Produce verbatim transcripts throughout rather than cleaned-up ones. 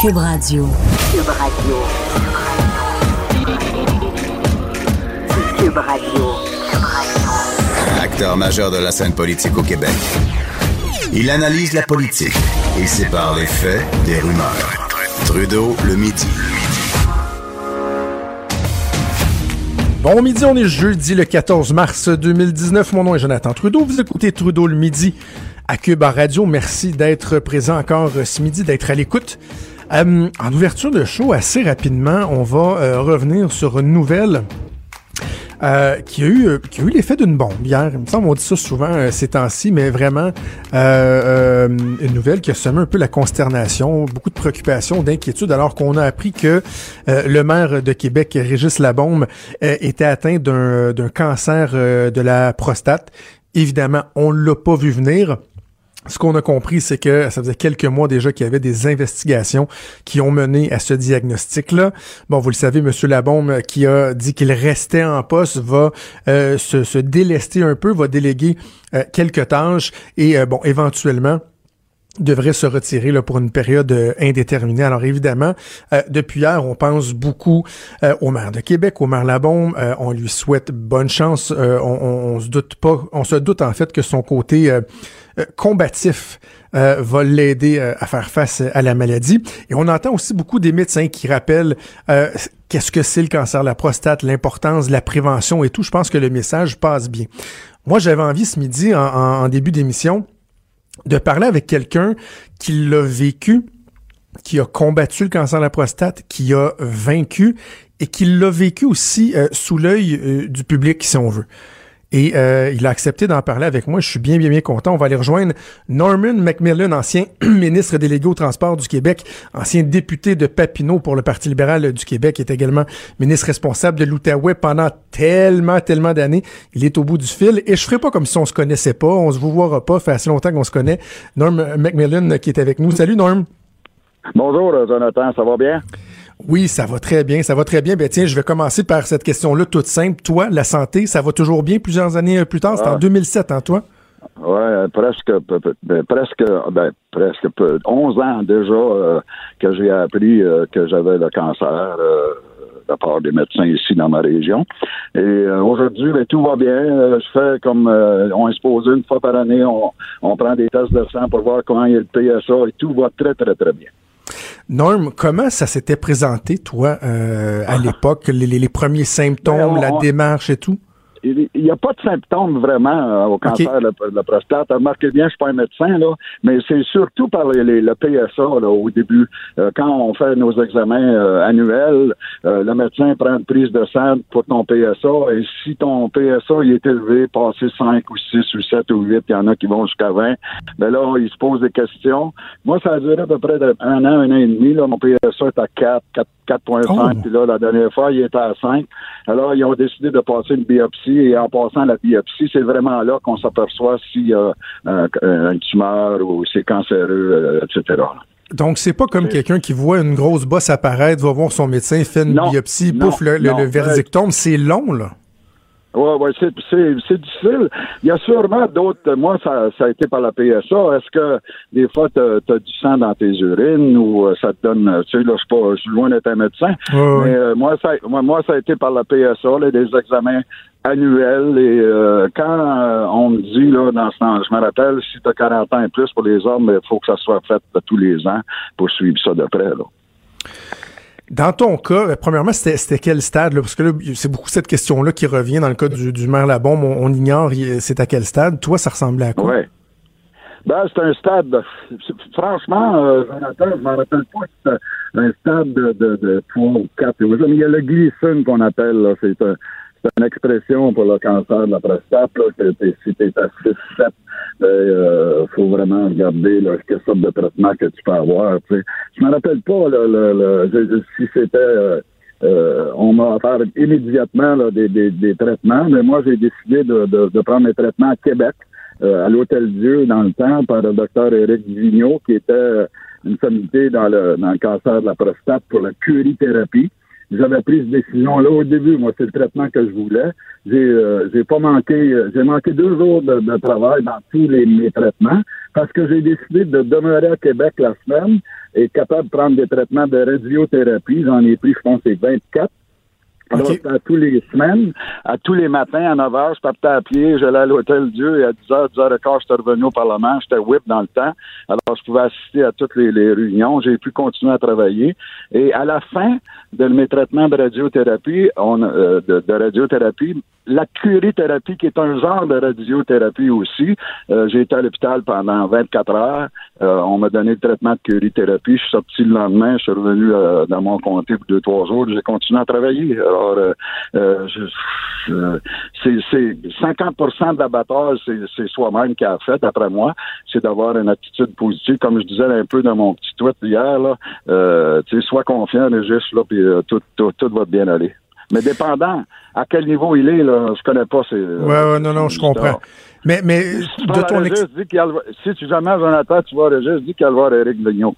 Cube Radio. Cube Radio. Cube Radio. Acteur majeur de la scène politique au Québec. Il analyse la politique et sépare les faits des rumeurs. Trudeau le midi. Bon midi, on est jeudi le quatorze mars deux mille dix-neuf. Mon nom est Jonathan Trudeau. Vous écoutez Trudeau le midi à Cube Radio. Merci d'être présent encore ce midi, d'être à l'écoute. Euh, en ouverture de show, assez rapidement, on va euh, revenir sur une nouvelle euh, qui a eu, euh, qui a eu l'effet d'une bombe hier. Il me semble qu'on dit ça souvent euh, ces temps-ci, mais vraiment euh, euh, une nouvelle qui a semé un peu la consternation, beaucoup de préoccupations, d'inquiétudes, alors qu'on a appris que euh, le maire de Québec, Régis Labaume, euh, était atteint d'un, d'un cancer euh, de la prostate. Évidemment, on l'a pas vu venir. Ce qu'on a compris, c'est que ça faisait quelques mois déjà qu'il y avait des investigations qui ont mené à ce diagnostic-là. Bon, vous le savez, M. Labaume, qui a dit qu'il restait en poste, va euh, se, se délester un peu, va déléguer euh, quelques tâches et, euh, bon, éventuellement, devrait se retirer là, pour une période euh, indéterminée. Alors évidemment, euh, depuis hier, on pense beaucoup euh, au maire de Québec, au maire Labaume. Euh, on lui souhaite bonne chance. Euh, on, on, on se doute pas, on se doute en fait que son côté euh, euh, combatif euh, va l'aider euh, à faire face à la maladie. Et on entend aussi beaucoup des médecins qui rappellent euh, qu'est-ce que c'est le cancer de la prostate, l'importance de la prévention et tout. Je pense que le message passe bien. Moi, j'avais envie ce midi, en, en, en début d'émission, de parler avec quelqu'un qui l'a vécu, qui a combattu le cancer de la prostate, qui a vaincu et qui l'a vécu aussi euh, sous l'œil euh, du public, si on veut. Et euh, il a accepté d'en parler avec moi. Je suis bien, bien, bien content. On va aller rejoindre Norman McMillan, ancien ministre délégué au transport du Québec, ancien député de Papineau pour le Parti libéral du Québec, est également ministre responsable de l'Outaouais pendant tellement, tellement d'années. Il est au bout du fil. Et je ferai pas comme si on se connaissait pas, on se vous verra pas, fait assez longtemps qu'on se connaît. Norm McMillan qui est avec nous. Salut Norm. Bonjour Jonathan, ça va bien? Oui, ça va très bien, ça va très bien. Ben tiens, je vais commencer par cette question-là toute simple. Toi, la santé, ça va toujours bien plusieurs années plus tard? C'est ah. en deux mille sept, hein, toi? Oui, presque, ben, presque, ben, presque onze ans déjà euh, que j'ai appris euh, que j'avais le cancer euh, de la part des médecins ici dans ma région. Et euh, aujourd'hui, ben, tout va bien. Euh, je fais comme euh, on est supposé une fois par année, on, on prend des tests de sang pour voir comment il y a le P S A et tout va très, très, très bien. Norm, comment ça s'était présenté, toi, euh, à l'époque, les, les, les premiers symptômes, on, la démarche et tout? Il n'y a pas de symptômes vraiment euh, au cancer okay. de, la, de la prostate. Remarquez bien, je suis pas un médecin, là, mais c'est surtout par les, les, le P S A là, au début. Euh, quand on fait nos examens euh, annuels, euh, le médecin prend une prise de sang pour ton P S A et si ton P S A il est élevé, passé cinq ou six ou sept ou huit, il y en a qui vont jusqu'à vingt, ben là, il se pose des questions. Moi, ça a duré à peu près de un an, un an et demi. Là, mon P S A est à quatre, quatre quatre virgule cinq, oh. Puis là, la dernière fois, il était à cinq. Alors, ils ont décidé de passer une biopsie, et en passant la biopsie, c'est vraiment là qu'on s'aperçoit s'il y a un, un tumeur ou c'est cancéreux, et cetera. Donc, c'est pas comme c'est... quelqu'un qui voit une grosse bosse apparaître, va voir son médecin, fait une non, biopsie, non, pouf, le, non, le, le verdict tombe. C'est long, là. Oui, ouais, c'est, c'est, c'est difficile. Il y a sûrement d'autres. Moi, ça, ça a été par la P S A. Est-ce que des fois, tu as du sang dans tes urines ou ça te donne. Tu sais, là, je suis pas, je suis loin d'être un médecin. Ouais, mais ouais. Euh, moi, ça, moi, moi, ça a été par la P S A, là, des examens annuels. Et euh, quand euh, on me dit, là, dans ce temps, je me rappelle, si tu as quarante ans et plus pour les hommes, il faut que ça soit fait tous les ans pour suivre ça de près, là. Dans ton cas, premièrement, c'était, c'était quel stade? Là? Parce que là, c'est beaucoup cette question-là qui revient dans le cas du, du maire Labaume. On, on ignore c'est à quel stade. Toi, ça ressemblait à quoi? Oui. Ben, c'est un stade... Franchement, euh, Jonathan, je m'en rappelle pas que c'est un stade de, de, de trois ou quatre. Mais il y a le Gleason qu'on appelle. Là. C'est, un, c'est une expression pour le cancer de la prostate. Là. C'est, si t'es à six sept, il euh, faut vraiment regarder là, quelle sorte de traitement que tu peux avoir. T'sais. Je me rappelle pas là, le, le, le, si c'était euh, euh, on m'a offert immédiatement là, des, des, des traitements, mais moi j'ai décidé de, de, de prendre mes traitements à Québec, euh, à l'Hôtel-Dieu dans le temps, par le docteur Éric Vigneault, qui était une sommité dans le dans le cancer de la prostate pour la curithérapie. j'avais pris cette décision-là au début. Moi, c'est le traitement que je voulais. J'ai, euh, j'ai pas manqué, j'ai manqué deux jours de, de travail dans tous les, mes traitements parce que j'ai décidé de demeurer à Québec la semaine et capable de prendre des traitements de radiothérapie. J'en ai pris, je pense, c'est vingt-quatre. Alors, okay. À tous les semaines, à tous les matins, à neuf heures, je partais à pied, j'allais à l'Hôtel Dieu, et à dix heures, dix heures quinze, j'étais revenu au Parlement, j'étais whip dans le temps. Alors, je pouvais assister à toutes les, les réunions, j'ai pu continuer à travailler. Et à la fin de mes traitements de radiothérapie, on, euh, de, de radiothérapie, la curithérapie, qui est un genre de radiothérapie aussi. Euh, j'ai été à l'hôpital pendant vingt-quatre heures. Euh, on m'a donné le traitement de curithérapie. Je suis sorti le lendemain. Je suis revenu euh, dans mon comté pour deux, trois jours. J'ai continué à travailler. Alors, euh, euh, je, je, c'est, c'est cinquante pour cent de la bataille, c'est, c'est soi-même qui a fait, d'après moi. C'est d'avoir une attitude positive. Comme je disais un peu dans mon petit tweet hier, là, euh, tu sais, sois confiant, Régis, là, puis euh, tout, tout, tout va bien aller. Mais dépendant à quel niveau il est, là, je connais pas ces... Ouais, ouais, non, non, je comprends. Mais, mais, si de ton ex... dis qu'il a, si tu jamais Jonathan, tu vois Régis, dis qu'il va voir Éric Vigneault.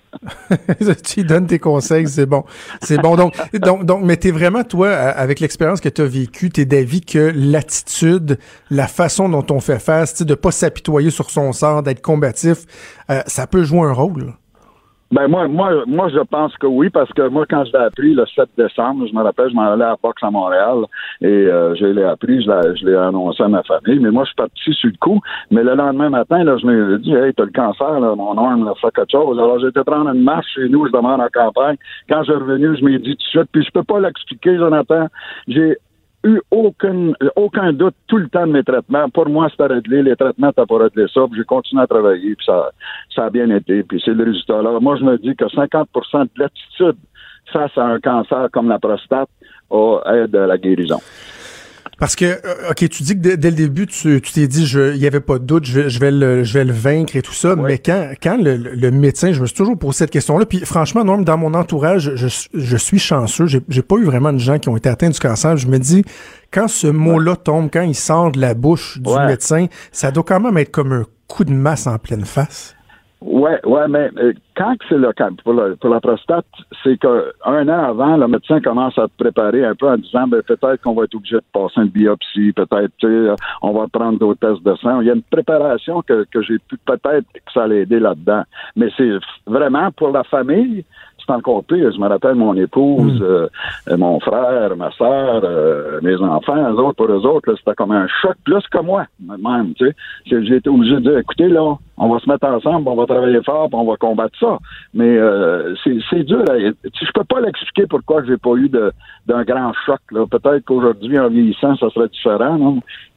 Tu lui donnes tes conseils, c'est bon. C'est bon. Donc, donc, donc, mais t'es vraiment, toi, avec l'expérience que tu as vécue, t'es d'avis que l'attitude, la façon dont on fait face, de pas s'apitoyer sur son sort, d'être combatif, euh, ça peut jouer un rôle. Ben moi, moi, moi, je pense que oui, parce que moi, quand je l'ai appris le sept décembre, je me rappelle, je m'en allais à la boxe à Montréal et euh, je l'ai appris, je l'ai, je l'ai annoncé à ma famille, mais moi, je suis parti sur le coup. Mais le lendemain matin, là, je me dit, hey, t'as le cancer, là, mon arme, là, fais quelque chose. Alors, j'ai été prendre une marche chez nous, je demande en campagne. Quand je suis revenu, je m'ai dit tout de suite, puis je peux pas l'expliquer, Jonathan. J'ai eu aucun, aucun doute tout le temps de mes traitements. Pour moi, c'était réglé. Les traitements, t'as pas réglé ça. Puis j'ai continué à travailler. Puis ça, ça a bien été. Puis c'est le résultat. Alors, moi, je me dis que cinquante pour cent de l'attitude face à un cancer comme la prostate aide à la guérison. Parce que, OK, tu dis que dès, dès le début, tu, tu t'es dit, il y avait pas de doute, je, je vais le, je vais le vaincre et tout ça. Oui. Mais quand, quand le, le médecin, je me suis toujours posé cette question-là. Puis franchement, Norm, dans mon entourage, je, je suis chanceux. J'ai, j'ai pas eu vraiment de gens qui ont été atteints du cancer. Je me dis, quand ce mot-là tombe, quand il sort de la bouche du ouais. médecin, ça doit quand même être comme un coup de masse en pleine face. Ouais, ouais, mais euh, quand c'est le cas pour la, pour la prostate, c'est que un an avant, le médecin commence à te préparer un peu en disant, ben peut-être qu'on va être obligé de passer une biopsie, peut-être, tu sais, on va prendre d'autres tests de sang. Il y a une préparation que, que j'ai pu peut-être que ça allait aider là-dedans. Mais c'est vraiment pour la famille. C'est encore pire. Je me rappelle mon épouse, mmh. euh, mon frère, ma soeur, euh, mes enfants, eux autres, pour eux autres, là, c'était comme un choc plus que moi, même, tu sais. J'ai été obligé de dire, écoutez, là, on va se mettre ensemble, on va travailler fort, puis on va combattre ça. Mais euh, c'est, c'est dur. À, je peux pas l'expliquer pourquoi j'ai pas eu de, d'un grand choc, là. Peut-être qu'aujourd'hui, en vieillissant, ça serait différent, non?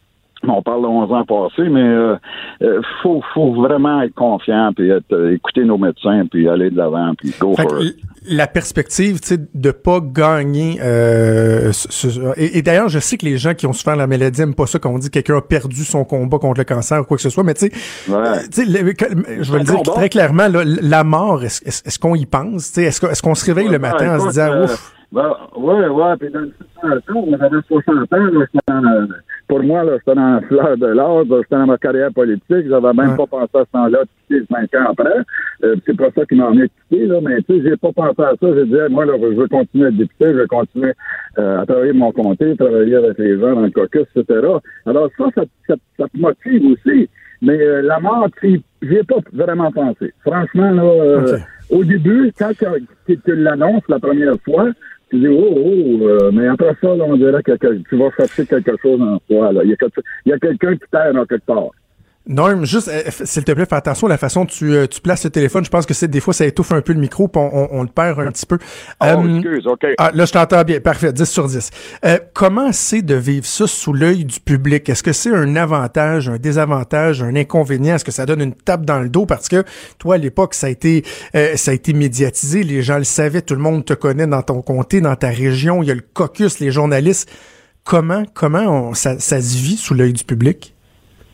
On parle de onze ans passés, mais euh, euh, faut, faut vraiment être confiant, puis être, euh, écouter nos médecins, puis aller de l'avant, puis go for it. La perspective, tu sais, de pas gagner. Euh, ce, ce, et, et d'ailleurs, je sais que les gens qui ont souffert la maladie aiment pas ça quand on dit que quelqu'un a perdu son combat contre le cancer ou quoi que ce soit. Mais tu sais, ouais. tu sais, je vais le dire très clairement, là, la mort, est-ce, est-ce qu'on y pense? Tu sais, est-ce, est-ce qu'on se réveille ouais, le matin ouais, en se disant euh, ouf? Ben, oui, oui, puis dans le soixante ans, j'avais soixante ans, là, j'étais dans, pour moi, là, j'étais dans la fleur de l'âge, j'étais dans ma carrière politique, j'avais même ouais. pas pensé à ce temps-là, de quitter cinq ans après. Euh, c'est pas ça qui m'en est quitté, là, mais tu sais, j'ai pas pensé à ça. J'ai dit, moi, là, je veux continuer à être député, je veux continuer euh, à travailler mon comté, travailler avec les gens dans le caucus, et cetera. Alors ça, ça, ça, ça te motive aussi. Mais euh, la mort, j'y ai pas vraiment pensé. Franchement, là, euh, okay. au début, quand tu, tu l'annonces la première fois, tu dis, oh, oh, euh, mais après ça, là, on dirait que, que tu vas chercher quelque chose en toi. Là. Il, y a, il y a quelqu'un qui t'aide en quelque part. Norm, juste, euh, s'il te plaît, fais attention à la façon dont tu, euh, tu places le téléphone. Je pense que c'est des fois, ça étouffe un peu le micro, puis on, on, on le perd un petit peu. Oh, euh, excuse, OK. Ah, là, je t'entends bien. Parfait, dix sur dix. Euh, comment c'est de vivre ça sous l'œil du public? Est-ce que c'est un avantage, un désavantage, un inconvénient? Est-ce que ça donne une tape dans le dos? Parce que, toi, à l'époque, ça a été, euh, ça a été médiatisé. Les gens le savaient. Tout le monde te connaît dans ton comté, dans ta région. Il y a le caucus, les journalistes. Comment, comment on, ça, ça se vit sous l'œil du public?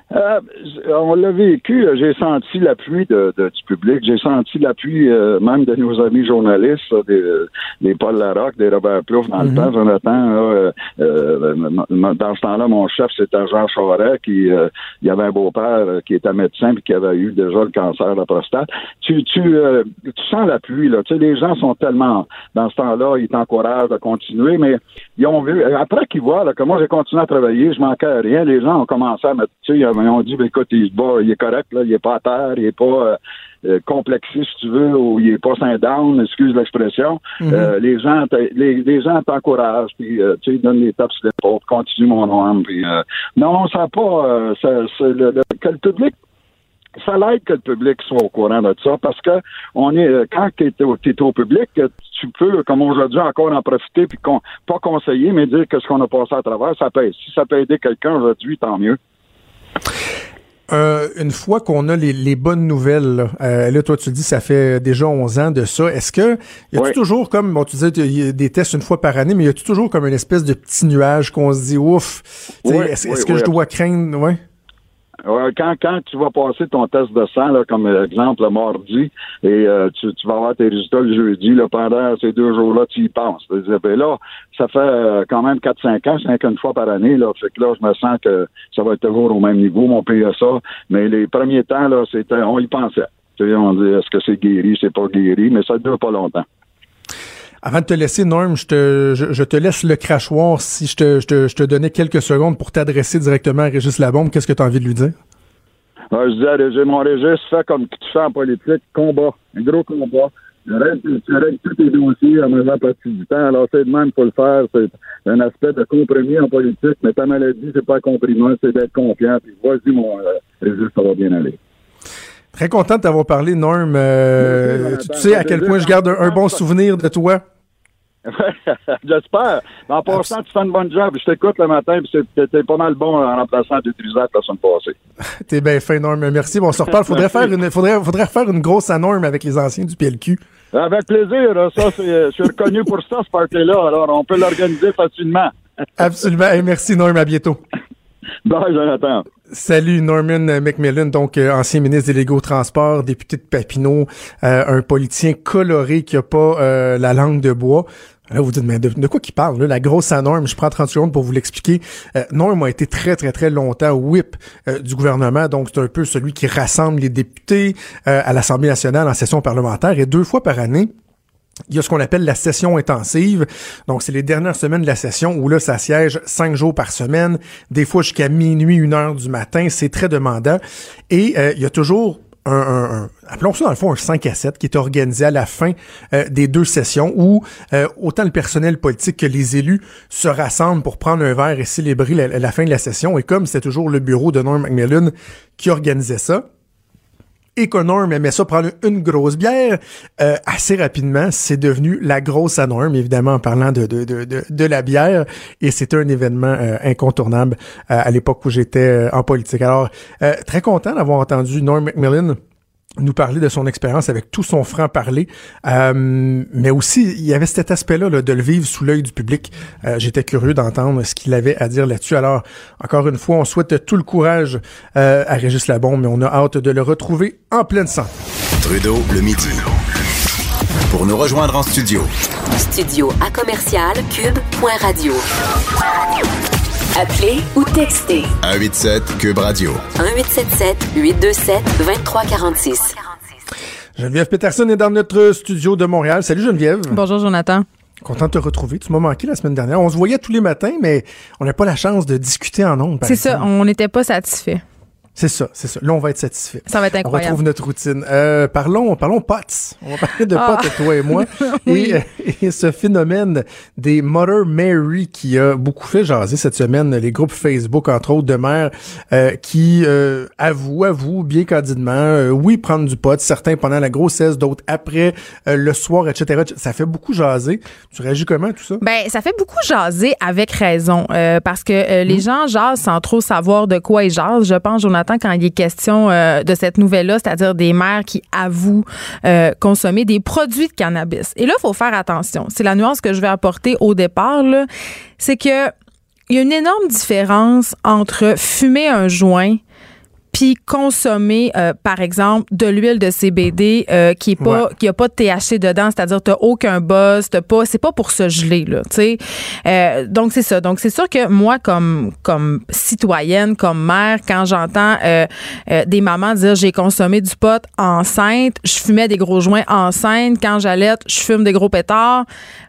Euh, on l'a vécu, j'ai senti l'appui de, de, du public, j'ai senti l'appui euh, même de nos amis journalistes, des, des Paul Larocque, des Robert Plouffe dans mm-hmm. le temps, Jonathan. Là, euh, dans ce temps-là, mon chef, c'était Jean Charest, qui euh, il y avait un beau-père euh, qui était médecin et qui avait eu déjà le cancer de la prostate. Tu, tu, euh, tu sens l'appui, là. Tu sais, les gens sont tellement, dans ce temps-là, ils t'encouragent à continuer, mais ils ont vu, après qu'ils voient là, que moi j'ai continué à travailler, je manquais à rien, les gens ont commencé à me, tu sais, ils ont dit, ben, écoute, il, bah, il est correct, là, il est pas à terre, il est pas euh, euh, complexé, si tu veux, ou il est pas saint down, excuse l'expression. Mm-hmm. Euh, les gens les, les gens t'encouragent, puis euh, tu sais, ils donnent les tapes sur l'épaule, continue mon nom, puis euh, non, ça n'a pas, euh, ça, c'est le, le, que le public, ça l'aide que le public soit au courant de ça, parce que on est, quand tu es au, au public, tu peux, comme aujourd'hui, encore en profiter, puis con, pas conseiller, mais dire que ce qu'on a passé à travers, ça peut, si ça peut aider quelqu'un aujourd'hui, tant mieux. Euh, une fois qu'on a les, les bonnes nouvelles, là, euh, là, toi, tu dis, ça fait déjà onze ans de ça. Est-ce que, y a-tu oui. toujours comme, bon, tu disais, il y a des tests une fois par année, mais y a-tu toujours comme une espèce de petit nuage qu'on se dit, ouf, oui, est-ce, oui, est-ce que oui, je dois craindre, ouais? Quand, quand tu vas passer ton test de sang, là, comme exemple, le mardi, et euh, tu, tu vas avoir tes résultats le jeudi, là, pendant ces deux jours-là, tu y penses. Ben là, ça fait euh, quand même quatre cinq ans, cinq une fois par année, là. Fait que là, je me sens que ça va être toujours au même niveau, mon P S A. Mais les premiers temps, là, c'était, on y pensait. Tu sais, on dit, est-ce que c'est guéri, c'est pas guéri, mais ça ne dure pas longtemps. Avant de te laisser, Norm, je te, je, je te laisse le crachoir. Si je te, je, te, je te donnais quelques secondes pour t'adresser directement à Régis Labombe, qu'est-ce que tu as envie de lui dire? Alors, je dis à Régis, mon Régis, fais comme tu fais en politique, combat, un gros combat. Tu règles tous tes dossiers en même partie du temps. Alors, c'est de même qu'il faut le faire. C'est un aspect de compromis en politique, mais ta maladie, c'est pas un compromis, c'est d'être confiant. Puis, vas-y, mon euh, Régis, ça va bien aller. Très content de t'avoir parlé, Norm. Euh, Merci, tu, tu sais à quel point je garde un, un bon souvenir de toi. J'espère. En passant, tu fais une bonne job. Je t'écoute le matin, puis t'es pas mal bon en remplaçant tes Trisac la semaine passée. T'es bien fin, Norm. Merci. Bon, on se reparle. Faudrait faire une, faudrait, faudrait refaire une grosse à Norm avec les anciens du P L Q. Avec plaisir. Ça, c'est, je suis reconnu pour ça, ce party-là. Alors, on peut l'organiser facilement. Absolument. Hey, merci, Norm. À bientôt. Bye, Jonathan. Salut, Norman McMillan, donc euh, ancien ministre délégué au transport, député de Papineau, euh, un politicien coloré qui a pas euh, la langue de bois. Là, vous dites, mais de, de quoi qu'il parle, là, la grosse à Norm? Je prends trente secondes pour vous l'expliquer. Euh, Norm a été très, très, très longtemps whip euh, du gouvernement, donc c'est un peu celui qui rassemble les députés euh, à l'Assemblée nationale en session parlementaire, et deux fois par année, il y a ce qu'on appelle la session intensive. Donc, c'est les dernières semaines de la session où là, ça siège cinq jours par semaine, des fois jusqu'à minuit, une heure du matin. C'est très demandant. Et euh, il y a toujours un, un, un, appelons ça dans le fond un cinq à sept qui est organisé à la fin euh, des deux sessions où euh, autant le personnel politique que les élus se rassemblent pour prendre un verre et célébrer la, la fin de la session. Et comme c'est toujours le bureau de Norm McMillan qui organisait ça, et que Norm aimait ça prendre une grosse bière, euh, assez rapidement, c'est devenu la grosse à Norm, évidemment, en parlant de de de de, de la bière, et c'était un événement euh, incontournable euh, à l'époque où j'étais euh, en politique. Alors, euh, très content d'avoir entendu Norm McMillan nous parler de son expérience avec tout son franc-parler, euh, mais aussi, il y avait cet aspect-là là, de le vivre sous l'œil du public. Euh, j'étais curieux d'entendre ce qu'il avait à dire là-dessus. Alors, encore une fois, on souhaite tout le courage euh, à Régis Labombe, mais on a hâte de le retrouver en pleine santé. Trudeau, le midi. Pour nous rejoindre en studio. Studio à commercial cube point radio. Appelez ou textez. un huit sept Cube Radio. un huit sept sept huit deux sept deux trois quatre six. Geneviève Peterson est dans notre studio de Montréal. Salut Geneviève. Bonjour Jonathan. Content de te retrouver. Tu m'as manqué la semaine dernière. On se voyait tous les matins, mais on n'a pas la chance de discuter en ondes. C'est ça, on n'était pas satisfaits. C'est ça, c'est ça. Là, on va être satisfait. Ça va être incroyable. On retrouve notre routine. Euh, parlons, parlons potes. On va parler de ah. potes, toi et moi. Oui. et, et ce phénomène des Mother Mary qui a beaucoup fait jaser cette semaine, les groupes Facebook, entre autres, de mères euh, qui euh, avouent, avouent bien candidement, euh, oui, prendre du pot, certains pendant la grossesse, d'autres après, euh, le soir, et cetera. Ça fait beaucoup jaser. Tu réagis comment, tout ça? Ben, ça fait beaucoup jaser avec raison, euh, parce que euh, les mmh. gens jasent sans trop savoir de quoi ils jasent. Je pense, Jonathan, quand il est question euh, de cette nouvelle-là, c'est-à-dire des mères qui avouent euh, consommer des produits de cannabis. Et là, il faut faire attention. C'est la nuance que je vais apporter au départ, là. C'est que il y a une énorme différence entre fumer un joint puis consommer, euh, par exemple, de l'huile de C B D euh, qui est pas, ouais. qui a pas de T H C dedans, c'est-à-dire t'as aucun buzz, t'as pas, c'est pas pour se geler là, tu sais. Euh, donc c'est ça. Donc c'est sûr que moi comme comme citoyenne, comme mère, quand j'entends euh, euh, des mamans dire j'ai consommé du pot enceinte, je fumais des gros joints enceinte, quand j'allaite, je fume des gros pétards,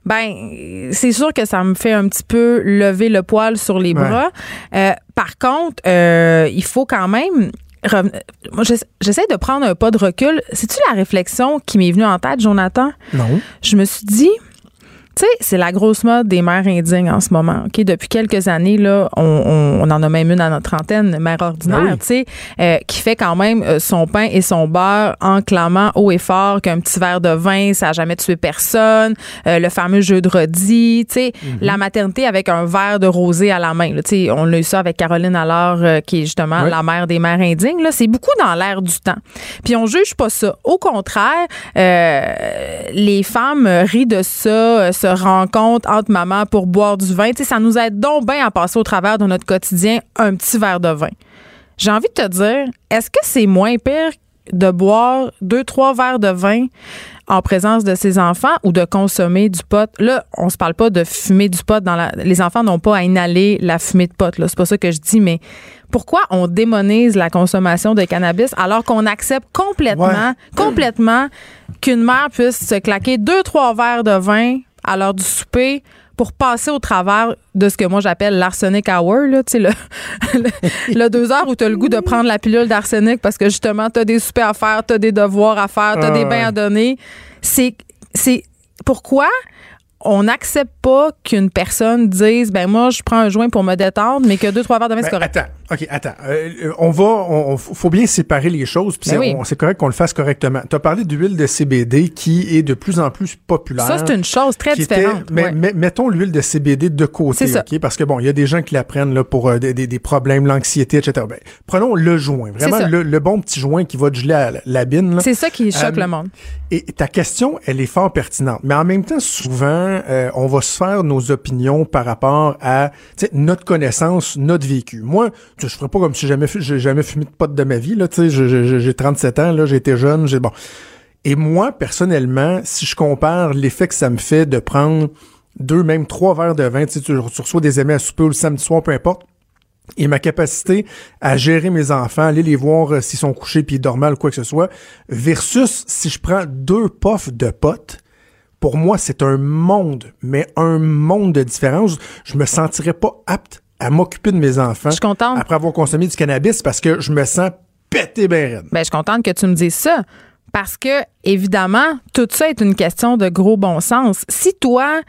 ben c'est sûr que ça me fait un petit peu lever le poil sur les bras. Ouais. Euh, par contre, euh, il faut quand même Moi, j'essaie de prendre un pas de recul. C'est-tu la réflexion qui m'est venue en tête, Jonathan? Non. Je me suis dit, tu sais, c'est la grosse mode des mères indignes en ce moment. Ok, depuis quelques années, là, on, on, on en a même une à notre antenne, mère ordinaire, oui. tu sais, euh, qui fait quand même euh, son pain et son beurre en clamant haut et fort qu'un petit verre de vin, ça n'a jamais tué personne. Euh, le fameux jeu de redis, tu sais, mm-hmm. la maternité avec un verre de rosé à la main. Tu sais, on a eu ça avec Caroline Allard, euh, qui est justement oui. la mère des mères indignes. Là, c'est beaucoup dans l'air du temps. Puis on juge pas ça. Au contraire, euh, les femmes rient de ça, euh, se rencontre entre mamans pour boire du vin. Tu sais, ça nous aide donc bien à passer au travers de notre quotidien un petit verre de vin. J'ai envie de te dire, est-ce que c'est moins pire de boire deux, trois verres de vin en présence de ses enfants ou de consommer du pot? Là, on se parle pas de fumer du pot dans la... Les enfants n'ont pas à inhaler la fumée de pot, là. C'est pas ça que je dis, mais pourquoi on démonise la consommation de cannabis alors qu'on accepte complètement, ouais. complètement qu'une mère puisse se claquer deux, trois verres de vin à l'heure du souper pour passer au travers de ce que moi j'appelle l'arsenic hour, là, tu sais, le, le, le deux heures où tu as le goût de prendre la pilule d'arsenic parce que justement, tu as des soupers à faire, tu as des devoirs à faire, tu as ah, des bains ouais. à donner. C'est, c'est pourquoi on n'accepte pas qu'une personne dise, ben moi, je prends un joint pour me détendre, mais que deux, trois verres de vin, c'est correct. Attends, OK, attends. Euh, on va, on, faut bien séparer les choses, puis ben c'est, oui. on, c'est correct qu'on le fasse correctement. Tu as parlé d'huile de C B D qui est de plus en plus populaire. Ça, c'est une chose très différente. Était, mais, ouais. mais mettons l'huile de C B D de côté, OK? Parce que bon, il y a des gens qui la prennent là, pour euh, des, des problèmes, l'anxiété, et cetera. Ben, prenons le joint, vraiment le, le bon petit joint qui va te geler à la bine. Là. C'est ça qui choque euh, le monde. Et ta question, elle est fort pertinente. Mais en même temps, souvent, euh, on va se faire nos opinions par rapport à notre connaissance, notre vécu. Moi, je ferais pas comme si j'ai jamais, j'ai jamais fumé de pot de ma vie. Là, j'ai, j'ai, j'ai trente-sept ans, là, j'ai été jeune. J'ai, bon. Et moi, personnellement, si je compare l'effet que ça me fait de prendre deux, même trois verres de vin, tu, tu reçois des amis à souper ou le samedi soir, peu importe, et ma capacité à gérer mes enfants, aller les voir euh, s'ils sont couchés puis dormants ou quoi que ce soit, versus si je prends deux puffs de pot, pour moi, c'est un monde, mais un monde de différence. Je me sentirais pas apte à m'occuper de mes enfants. Je suis contente. Après avoir consommé du cannabis parce que je me sens pété ben raide. Ben, je suis contente que tu me dises ça. Parce que, évidemment, tout ça est une question de gros bon sens. Si toi,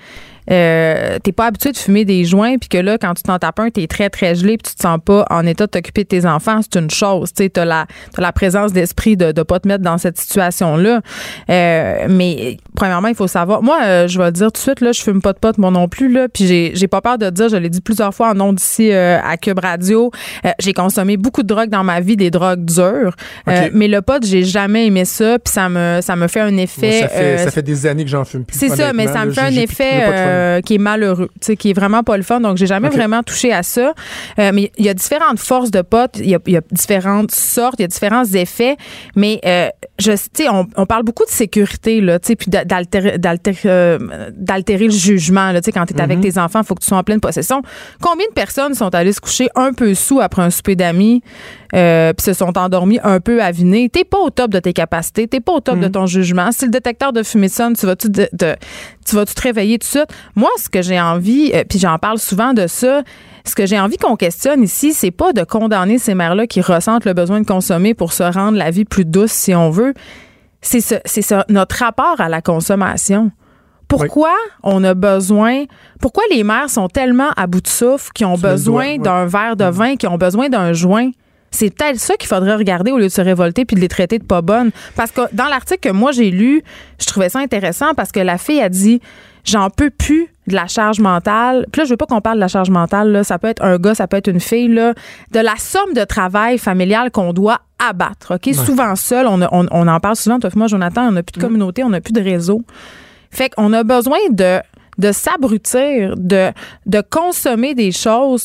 euh, t'es pas habitué de fumer des joints puis que là, quand tu t'en tapes un, t'es très, très gelé puis tu te sens pas en état de t'occuper de tes enfants, c'est une chose. Tu sais, t'as la, t'as la présence d'esprit de, de pas te mettre dans cette situation-là. Euh, mais, premièrement, il faut savoir, moi, euh, je vais le dire tout de suite, là, je fume pas de pot, moi non plus, là, puis j'ai, j'ai pas peur de dire, je l'ai dit plusieurs fois en ondes ici euh, à Cube Radio, euh, j'ai consommé beaucoup de drogues dans ma vie, des drogues dures, okay. euh, mais le pot, j'ai jamais aimé ça, puis ça me, ça me fait un effet... Bon, ça, fait, euh, ça fait des années que j'en fume plus. C'est ça, mais ça me fait un effet euh, qui est malheureux, tu sais, qui est vraiment pas le fun. Donc, j'ai jamais okay. vraiment touché à ça. Euh, mais il y a différentes forces de potes, il y a, y a différentes sortes, il y a différents effets. Mais, euh, je, tu sais, on, on parle beaucoup de sécurité, là, tu sais, puis d'altérer, d'altérer, euh, d'altérer le jugement, là, tu sais, quand t'es mm-hmm. avec tes enfants, il faut que tu sois en pleine possession. Combien de personnes sont allées se coucher un peu sous après un souper d'amis, euh, puis se sont endormies un peu avinées? T'es pas au top de tes capacités, t'es pas au top mm-hmm. de ton jugement. Si le détecteur de fumée sonne, tu vas-tu de, de, tu vas-tu te réveiller tout de suite? Moi, ce que j'ai envie, euh, puis j'en parle souvent de ça, ce que j'ai envie qu'on questionne ici, c'est pas de condamner ces mères-là qui ressentent le besoin de consommer pour se rendre la vie plus douce, si on veut. C'est ça, c'est ça, notre rapport à la consommation. Pourquoi oui. on a besoin... Pourquoi les mères sont tellement à bout de souffle qu'ils ont c'est besoin doigt, d'un oui. verre de vin, qu'ils ont besoin d'un joint? C'est peut-être ça qu'il faudrait regarder au lieu de se révolter puis de les traiter de pas bonnes. Parce que dans l'article que moi j'ai lu, je trouvais ça intéressant parce que la fille a dit « J'en peux plus de la charge mentale. » Puis là, je veux pas qu'on parle de la charge mentale. Là. Ça peut être un gars, ça peut être une fille. Là. De la somme de travail familial qu'on doit abattre. OK? Ouais. Souvent seul, on, a, on, on en parle souvent. Toi, moi, Jonathan, on n'a plus de communauté, on n'a plus de réseau. Fait qu'on a besoin de, de s'abrutir, de, de consommer des choses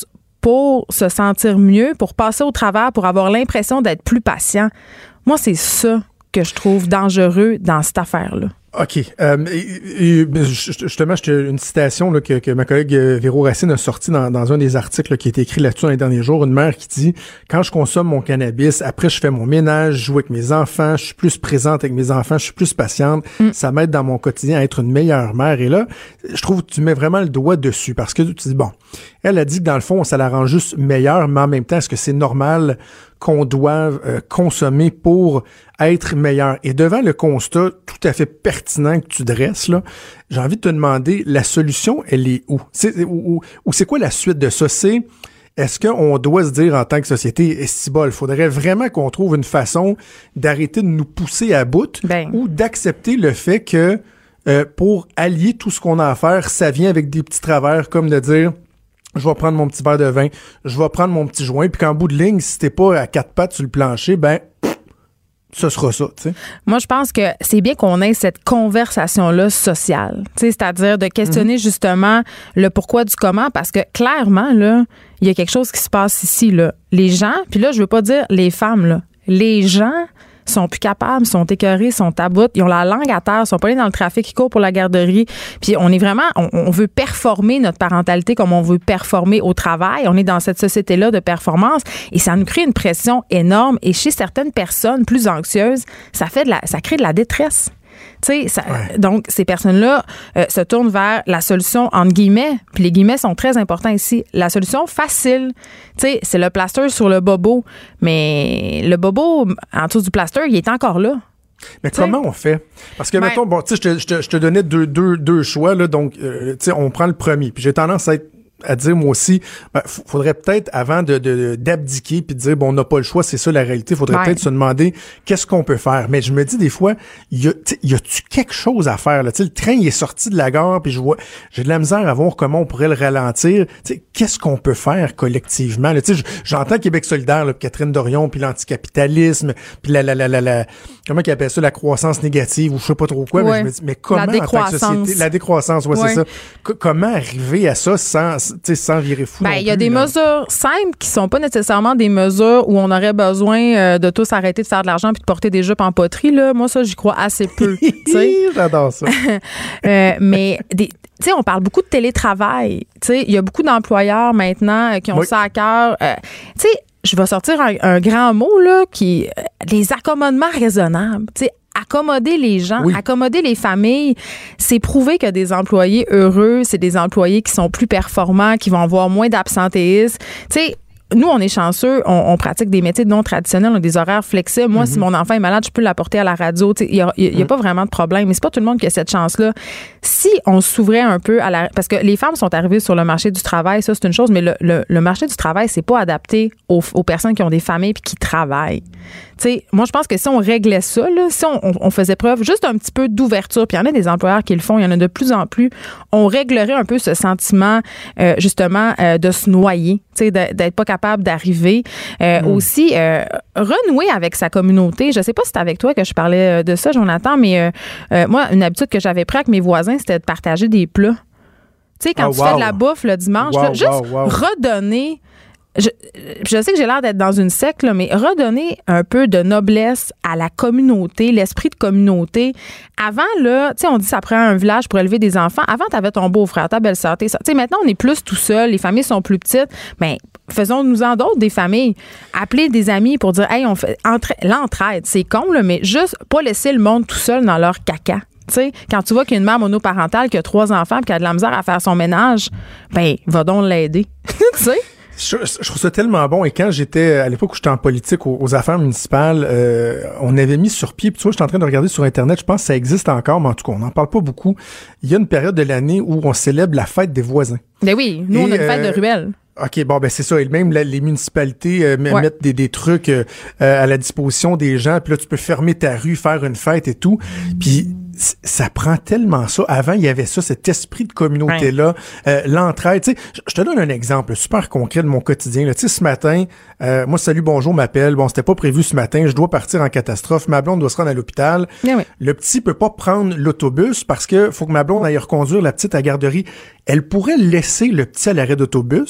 pour se sentir mieux, pour passer au travers, pour avoir l'impression d'être plus patient. Moi, c'est ça que je trouve dangereux dans cette affaire-là. OK. Euh, et, et, justement, une citation là, que, que ma collègue Véro Racine a sortie dans, dans un des articles là, qui a été écrit là-dessus dans les derniers jours. Une mère qui dit « Quand je consomme mon cannabis, après je fais mon ménage, je joue avec mes enfants, je suis plus présente avec mes enfants, je suis plus patiente. Mm. Ça m'aide dans mon quotidien à être une meilleure mère. » Et là, je trouve que tu mets vraiment le doigt dessus parce que tu dis « Bon, elle a dit que dans le fond, ça la rend juste meilleure, mais en même temps, est-ce que c'est normal qu'on doive euh, consommer pour être meilleur? » Et devant le constat tout à fait pertinent que tu dresses, là, j'ai envie de te demander, la solution, elle est où? C'est, ou, ou, ou c'est quoi la suite de ça? C'est, est-ce qu'on doit se dire en tant que société, si bol, il faudrait vraiment qu'on trouve une façon d'arrêter de nous pousser à bout ben. ou d'accepter le fait que euh, pour allier tout ce qu'on a à faire, ça vient avec des petits travers comme de dire... Je vais prendre mon petit verre de vin, je vais prendre mon petit joint, puis qu'en bout de ligne, si t'es pas à quatre pattes sur le plancher, ben, pff, ce sera ça, tu sais. Moi, je pense que c'est bien qu'on ait cette conversation-là sociale, tu sais, c'est-à-dire de questionner mm-hmm. justement le pourquoi du comment, parce que clairement, là, il y a quelque chose qui se passe ici, là. Les gens, puis là, je veux pas dire les femmes, là, les gens sont plus capables, sont écœurés, sont à bout, ils ont la langue à terre, sont pas allés dans le trafic, ils courent pour la garderie. Puis on est vraiment, on, on veut performer notre parentalité comme on veut performer au travail. On est dans cette société-là de performance et ça nous crée une pression énorme. Et chez certaines personnes plus anxieuses, ça fait de la, ça crée de la détresse. Tu sais, ouais. Donc, ces personnes-là euh, se tournent vers la solution entre guillemets, puis les guillemets sont très importants ici. La solution facile, tu sais, c'est le plaster sur le bobo. Mais le bobo, en dessous du plaster, il est encore là. Mais t'sais, comment on fait? Parce que, ben, mettons, bon, tu sais, je te, je te donnais deux, deux, deux choix, là, donc, euh, tu sais, on prend le premier. Puis j'ai tendance à être à dire moi aussi, ben, faudrait peut-être avant de, de d'abdiquer puis de dire bon on n'a pas le choix, c'est ça la réalité, faudrait ouais. peut-être se demander qu'est-ce qu'on peut faire. Mais je me dis des fois, y a y a-tu quelque chose à faire là? Tu sais, le train il est sorti de la gare puis je vois, j'ai de la misère à voir comment on pourrait le ralentir. Tu sais, qu'est-ce qu'on peut faire collectivement là? Tu sais, j'entends Québec solidaire, là, Catherine Dorion, puis l'anticapitalisme, puis la la la la, la comment qu'ils appellent ça, la croissance négative ou je sais pas trop quoi. Ouais. Mais je me dis mais comment en tant que société, la décroissance, ouais, ouais. c'est ça. C- comment arriver à ça sans T'sais, sans virer fou. Ben, il y a des là. mesures simples qui sont pas nécessairement des mesures où on aurait besoin euh, de tous arrêter de faire de l'argent puis de porter des jupes en poterie. Là. Moi, ça, j'y crois assez peu. J'adore ça. euh, mais, tu sais, on parle beaucoup de télétravail. Tu sais, il y a beaucoup d'employeurs maintenant euh, qui ont oui. ça à cœur. Euh, tu sais, je vais sortir un, un grand mot, là, qui euh, les accommodements raisonnables. Tu sais, accommoder les gens, oui. accommoder les familles, c'est prouver que des employés heureux, c'est des employés qui sont plus performants, qui vont avoir moins d'absentéisme. Tu sais, nous, on est chanceux, on, on pratique des métiers non traditionnels, on a des horaires flexibles. Moi, mm-hmm. si mon enfant est malade, je peux l'apporter à la radio. Il n'y a, y a, y a mm-hmm. pas vraiment de problème. Mais c'est pas tout le monde qui a cette chance-là. Si on s'ouvrait un peu à la... Parce que les femmes sont arrivées sur le marché du travail, ça, c'est une chose, mais le, le, le marché du travail, c'est pas adapté aux, aux personnes qui ont des familles et qui travaillent. T'sais, moi, je pense que si on réglait ça, là, si on, on, on faisait preuve juste un petit peu d'ouverture, puis il y en a des employeurs qui le font, il y en a de plus en plus, on réglerait un peu ce sentiment, euh, justement, euh, de se noyer, d'être pas capable d'arriver. Euh, mmh. Aussi, euh, renouer avec sa communauté. Je sais pas si c'est avec toi que je parlais de ça, Jonathan, mais euh, euh, moi, une habitude que j'avais pris avec mes voisins, c'était de partager des plats. Tu sais, quand oh, tu wow. fais de la bouffe le dimanche, wow, là, juste wow, wow. redonner... Je, je sais que j'ai l'air d'être dans une secte, là, mais redonner un peu de noblesse à la communauté, l'esprit de communauté. Avant, là, tu sais, on dit ça prend un village pour élever des enfants. Avant, t'avais ton beau-frère, ta belle-sœur, tes sœurs. Tu sais, maintenant, on est plus tout seul, les familles sont plus petites. Mais faisons-nous-en d'autres des familles. Appelez des amis pour dire, hey, on fait entre, l'entraide. C'est con, là, mais juste pas laisser le monde tout seul dans leur caca. Tu sais, quand tu vois qu'il y a une mère monoparentale qui a trois enfants et qui a de la misère à faire son ménage, ben, va donc l'aider. Tu sais? Je, je trouve ça tellement bon. Et quand j'étais, à l'époque où j'étais en politique aux, aux affaires municipales, euh, on avait mis sur pied, puis tu vois, je suis en train de regarder sur Internet, je pense que ça existe encore, mais en tout cas, on n'en parle pas beaucoup. Il y a une période de l'année où on célèbre la fête des voisins. Ben oui, nous, et, on a une fête euh, de ruelle. OK, bon, ben c'est ça. Et même là, les municipalités euh, ouais. mettent des, des trucs euh, à la disposition des gens. Puis là, tu peux fermer ta rue, faire une fête et tout. Puis ça prend tellement ça. Avant, il y avait ça, cet esprit de communauté-là, ouais. euh, l'entraide. Tu sais, je te donne un exemple super concret de mon quotidien. Tu sais, ce matin, euh, moi, Salut Bonjour m'appelle. Bon, c'était pas prévu ce matin. Je dois partir en catastrophe. Ma blonde doit se rendre à l'hôpital. Ouais, ouais. Le petit peut pas prendre l'autobus parce que faut que ma blonde aille reconduire la petite à la garderie. Elle pourrait laisser le petit à l'arrêt d'autobus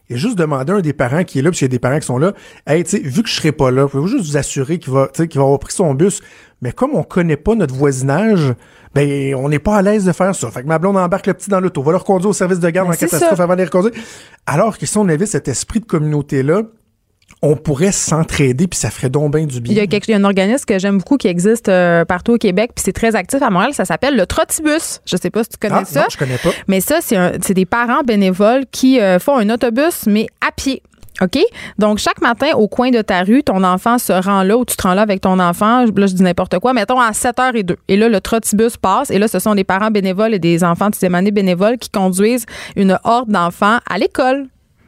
et juste demander à un des parents qui est là, puis il y a des parents qui sont là, hey, tu sais, vu que je serai pas là, pouvez-vous juste vous assurer qu'il va, tu sais, qu'il va avoir pris son bus. Mais comme on connaît pas notre voisinage, ben, on n'est pas à l'aise de faire ça. Fait que ma blonde embarque le petit dans l'auto, va le reconduire au service de garde ben, en catastrophe ça. avant de les reconduire. Alors que si on avait cet esprit de communauté-là, on pourrait s'entraider puis ça ferait donc bien du bien. Il y a, quelque, il y a un organisme que j'aime beaucoup qui existe euh, partout au Québec puis c'est très actif à Montréal, ça s'appelle le Trottibus. Je sais pas si tu connais ah, ça. Non, je connais pas. Mais ça, c'est, un, c'est des parents bénévoles qui euh, font un autobus, mais à pied. OK? Donc, chaque matin, au coin de ta rue, ton enfant se rend là ou tu te rends là avec ton enfant. Là, je dis n'importe quoi. Mettons à sept heures zéro deux. Et là, le Trottibus passe. Et là, ce sont des parents bénévoles et des enfants de sixième année bénévoles qui conduisent une horde d'enfants à l'école.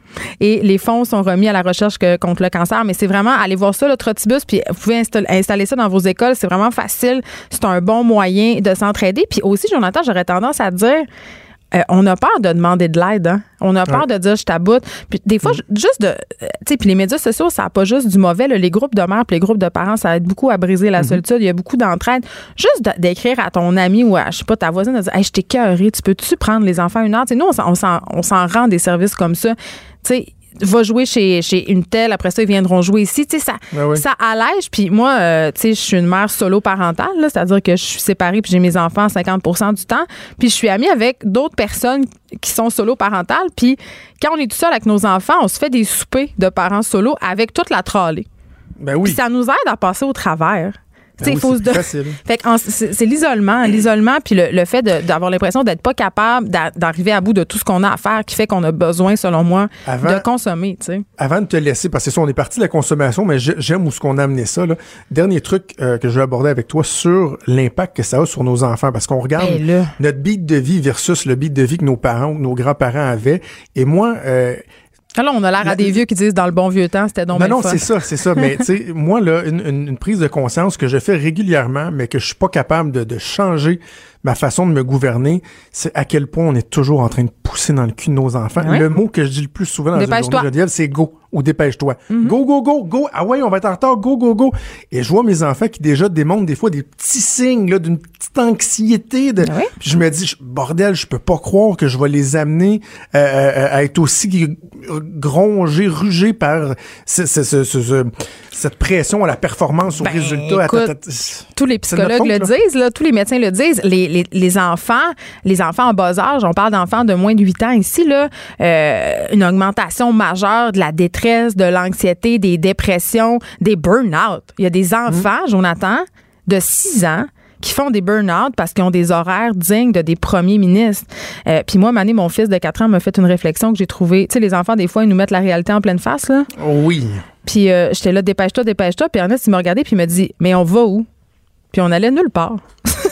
Et les fonds sont remis à la recherche que, contre le cancer. Mais c'est vraiment, allez voir ça, le Trottibus, puis vous pouvez installer, installer ça dans vos écoles. C'est vraiment facile. C'est un bon moyen de s'entraider. Puis aussi, Jonathan, j'aurais tendance à dire... Euh, on a peur de demander de l'aide, hein? On a peur ouais. de dire je t'aboute. Puis des fois, mm. juste de, euh, tu sais, puis les médias sociaux, ça n'a pas juste du mauvais. Là, les groupes de mères, puis les groupes de parents, ça aide beaucoup à briser la mm-hmm. solitude. Il y a beaucoup d'entraide. Juste de, d'écrire à ton ami ou à, je sais pas, ta voisine, de dire, hey, je t'ai écœurée, tu peux-tu prendre les enfants une heure? Tu sais, nous, on s'en, on s'en, on s'en rend des services comme ça. Tu sais. Va jouer chez, chez une telle, après ça, ils viendront jouer ici. Tu sais, ça, ah oui. ça allège. Puis moi, euh, tu sais, je suis une mère solo-parentale, là, c'est-à-dire que je suis séparée puis j'ai mes enfants cinquante pour cent du temps. Puis je suis amie avec d'autres personnes qui sont solo-parentales. Puis quand on est tout seul avec nos enfants, on se fait des soupers de parents solo avec toute la tralée. Ben oui. Puis ça nous aide à passer au travers. Ben oui, faut c'est de... facile. Fait que en, c'est, c'est l'isolement, l'isolement puis le, le fait de, d'avoir l'impression d'être pas capable d'a, d'arriver à bout de tout ce qu'on a à faire qui fait qu'on a besoin, selon moi, avant, de consommer, tu sais. Avant de te laisser, parce que ça, on est parti de la consommation, mais j'aime où ce qu'on a amené ça, là. Dernier truc euh, que je vais aborder avec toi sur l'impact que ça a sur nos enfants, parce qu'on regarde hey, là. notre beat de vie versus le beat de vie que nos parents ou que nos grands-parents avaient. Et moi... Euh, Alors, on a l'air à des vieux qui disent dans le bon vieux temps, c'était donc Non, bien non, fun. c'est ça, c'est ça. Mais, tu sais, moi, là, une, une, une prise de conscience que je fais régulièrement, mais que je suis pas capable de, de changer ma façon de me gouverner, c'est à quel point on est toujours en train de pousser dans le cul de nos enfants. Oui. Le mot que je dis le plus souvent dans une journée, Geneviève, c'est go ou dépêche-toi. Mm-hmm. Go, go, go, go. Ah ouais, on va être en retard. Go, go, go. Et je vois mes enfants qui déjà démontrent des fois des petits signes là, d'une petite anxiété. De... Oui. Puis je me dis, bordel, je peux pas croire que je vais les amener euh, à être aussi grongés, rugés par ce, ce, ce, ce, ce, cette pression à la performance, au ben, résultat. Écoute, à ta, ta, tous les psychologues faute, le là. disent, là, tous les médecins le disent. Les, les, les enfants, les enfants en bas âge, on parle d'enfants de moins de huit ans ici, là, euh, une augmentation majeure de la détresse, de l'anxiété, des dépressions, des burn-out. Il y a des enfants, mmh. Jonathan, de six ans qui font des burn-out parce qu'ils ont des horaires dignes de des premiers ministres. Euh, Puis moi, Mané, mon fils de quatre ans m'a fait une réflexion que j'ai trouvée. Tu sais, les enfants, des fois, ils nous mettent la réalité en pleine face, là. Oui. Puis euh, j'étais là, dépêche-toi, dépêche-toi. Puis Ernest, il m'a regardé puis il m'a dit, mais on va où? Puis on allait nulle part.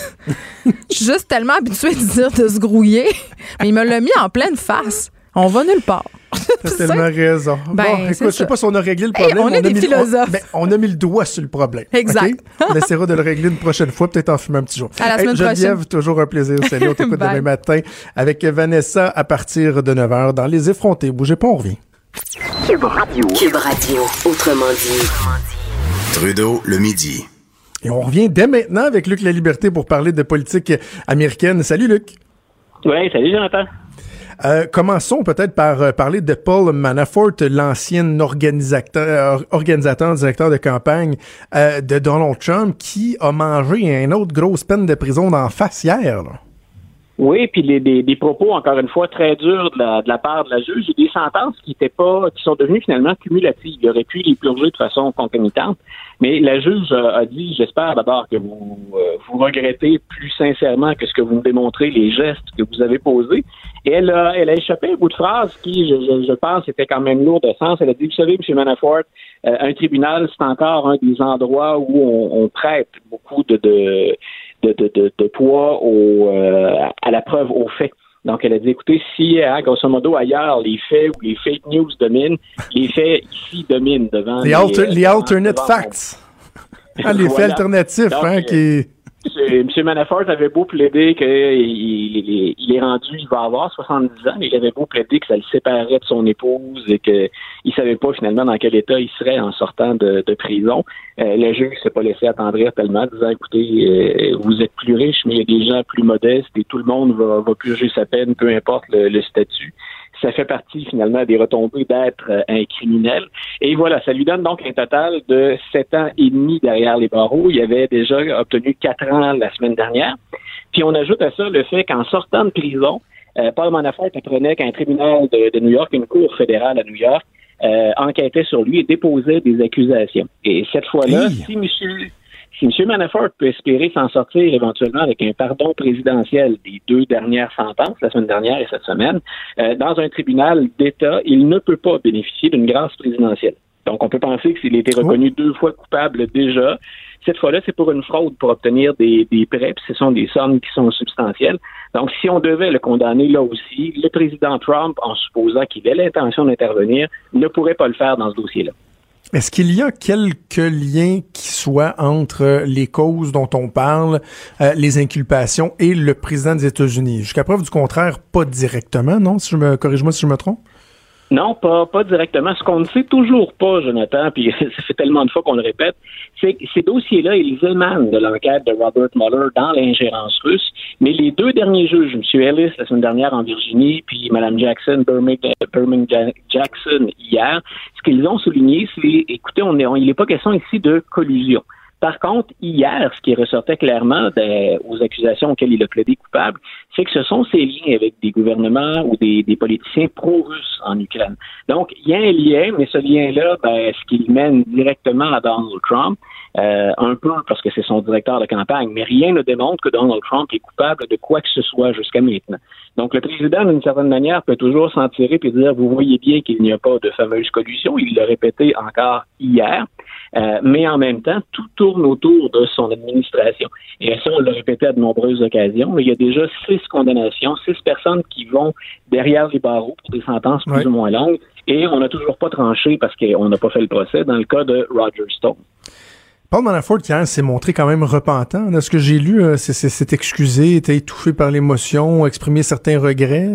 Je suis juste tellement habituée de dire de se grouiller. Mais il me l'a mis en pleine face. On va nulle part. T'as tellement raison. Ben, bon, écoute, je sais pas si on a réglé le problème. Hey, on est on des a mis, philosophes. On, ben, on a mis le doigt sur le problème. Exact. Okay? On essaiera de le régler une prochaine fois, peut-être en fumer un petit jour. À la semaine hey, Geneviève, prochaine. toujours un plaisir. Salut, on t'écoute demain matin avec Vanessa à partir de neuf heures dans Les Effrontés. Bougez pas, on revient. Cube Radio. Cube Radio, autrement dit. Trudeau, le midi. Et on revient dès maintenant avec Luc La Liberté pour parler de politique américaine. Salut, Luc. Oui, salut, Jonathan. Euh, commençons peut-être par euh, parler de Paul Manafort, l'ancien organisateur, organisateur, directeur de campagne euh, de Donald Trump, qui a mangé une autre grosse peine de prison d'en face hier. Là. Oui, puis les, des, des propos, encore une fois, très durs de la, de la part de la juge, et des sentences qui étaient pas, qui sont devenues finalement cumulatives. Il aurait pu les purger de façon concomitante, mais la juge a, a dit, j'espère d'abord que vous euh, vous regrettez plus sincèrement que ce que vous me démontrez, les gestes que vous avez posés. Et elle a, elle a échappé un bout de phrase qui, je, je, je pense, était quand même lourd de sens. Elle a dit, vous savez, M. Manafort, euh, un tribunal, c'est encore un des endroits où on, on prête beaucoup de, de De, de, de, de poids au, euh, à la preuve, aux faits. Donc, elle a dit, écoutez, si, hein, grosso modo, ailleurs, les faits ou les fake news dominent, les faits ici dominent devant les... Les, alter, les alternate devant facts. Ah, les voilà. Faits alternatifs, donc, hein, qui... M. Manafort avait beau plaider qu'il il, il est rendu, il va avoir soixante-dix ans, mais il avait beau plaider que ça le séparait de son épouse et qu'il ne savait pas finalement dans quel état il serait en sortant de, de prison. Euh, le juge ne s'est pas laissé attendrir tellement, disant, écoutez, euh, vous êtes plus riche, mais il y a des gens plus modestes et tout le monde va, va purger sa peine, peu importe le, le statut. ça fait partie finalement des retombées d'être euh, un criminel. Et voilà, ça lui donne donc un total de sept ans et demi derrière les barreaux. Il avait déjà obtenu quatre ans la semaine dernière. Puis on ajoute à ça le fait qu'en sortant de prison, euh, Paul Manafort apprenait qu'un tribunal de, de New York, une cour fédérale à New York, euh, enquêtait sur lui et déposait des accusations. Et cette fois-là, oui. si monsieur Si M. Manafort peut espérer s'en sortir éventuellement avec un pardon présidentiel des deux dernières sentences, la semaine dernière et cette semaine, euh, dans un tribunal d'État, il ne peut pas bénéficier d'une grâce présidentielle. Donc, on peut penser que s'il a été reconnu deux fois coupable déjà, cette fois-là, c'est pour une fraude pour obtenir des, des prêts, puis ce sont des sommes qui sont substantielles. Donc, si on devait le condamner là aussi, le président Trump, en supposant qu'il ait l'intention d'intervenir, ne pourrait pas le faire dans ce dossier-là. Est-ce qu'il y a quelques liens qui soient entre les causes dont on parle, euh, les inculpations et le président des États-Unis? Jusqu'à preuve du contraire, pas directement, non? Si je me corrige-moi si je me trompe. Non, pas pas directement. Ce qu'on ne sait toujours pas, Jonathan, puis ça fait tellement de fois qu'on le répète, c'est que ces dossiers-là, ils émanent de l'enquête de Robert Mueller dans l'ingérence russe, mais les deux derniers juges, M. Ellis la semaine dernière en Virginie, puis Mme Jackson, Birmingham, Birmingham Jackson hier, ce qu'ils ont souligné, c'est, écoutez, on est, on, il n'est pas question ici de collusion. Par contre, hier, ce qui ressortait clairement des, aux accusations auxquelles il a plaidé coupable, c'est que ce sont ces liens avec des gouvernements ou des, des politiciens pro-russes en Ukraine. Donc, il y a un lien, mais ce lien-là, ben, est-ce qu'il mène directement à Donald Trump? Euh, un peu parce que c'est son directeur de campagne, mais rien ne démontre que Donald Trump est coupable de quoi que ce soit jusqu'à maintenant. Donc, le président, d'une certaine manière, peut toujours s'en tirer et dire, vous voyez bien qu'il n'y a pas de fameuse collusion. Il l'a répété encore hier. Euh, mais en même temps, tout tourne autour de son administration. Et ça, on l'a répété à de nombreuses occasions. Il y a déjà six condamnations, six personnes qui vont derrière les barreaux pour des sentences plus ouais. ou moins longues. Et on n'a toujours pas tranché parce qu'on n'a pas fait le procès dans le cas de Roger Stone. Paul Manafort, hier, s'est montré quand même repentant. De ce que j'ai lu, c'est, c'est, c'est excusé, était étouffé par l'émotion, exprimé certains regrets.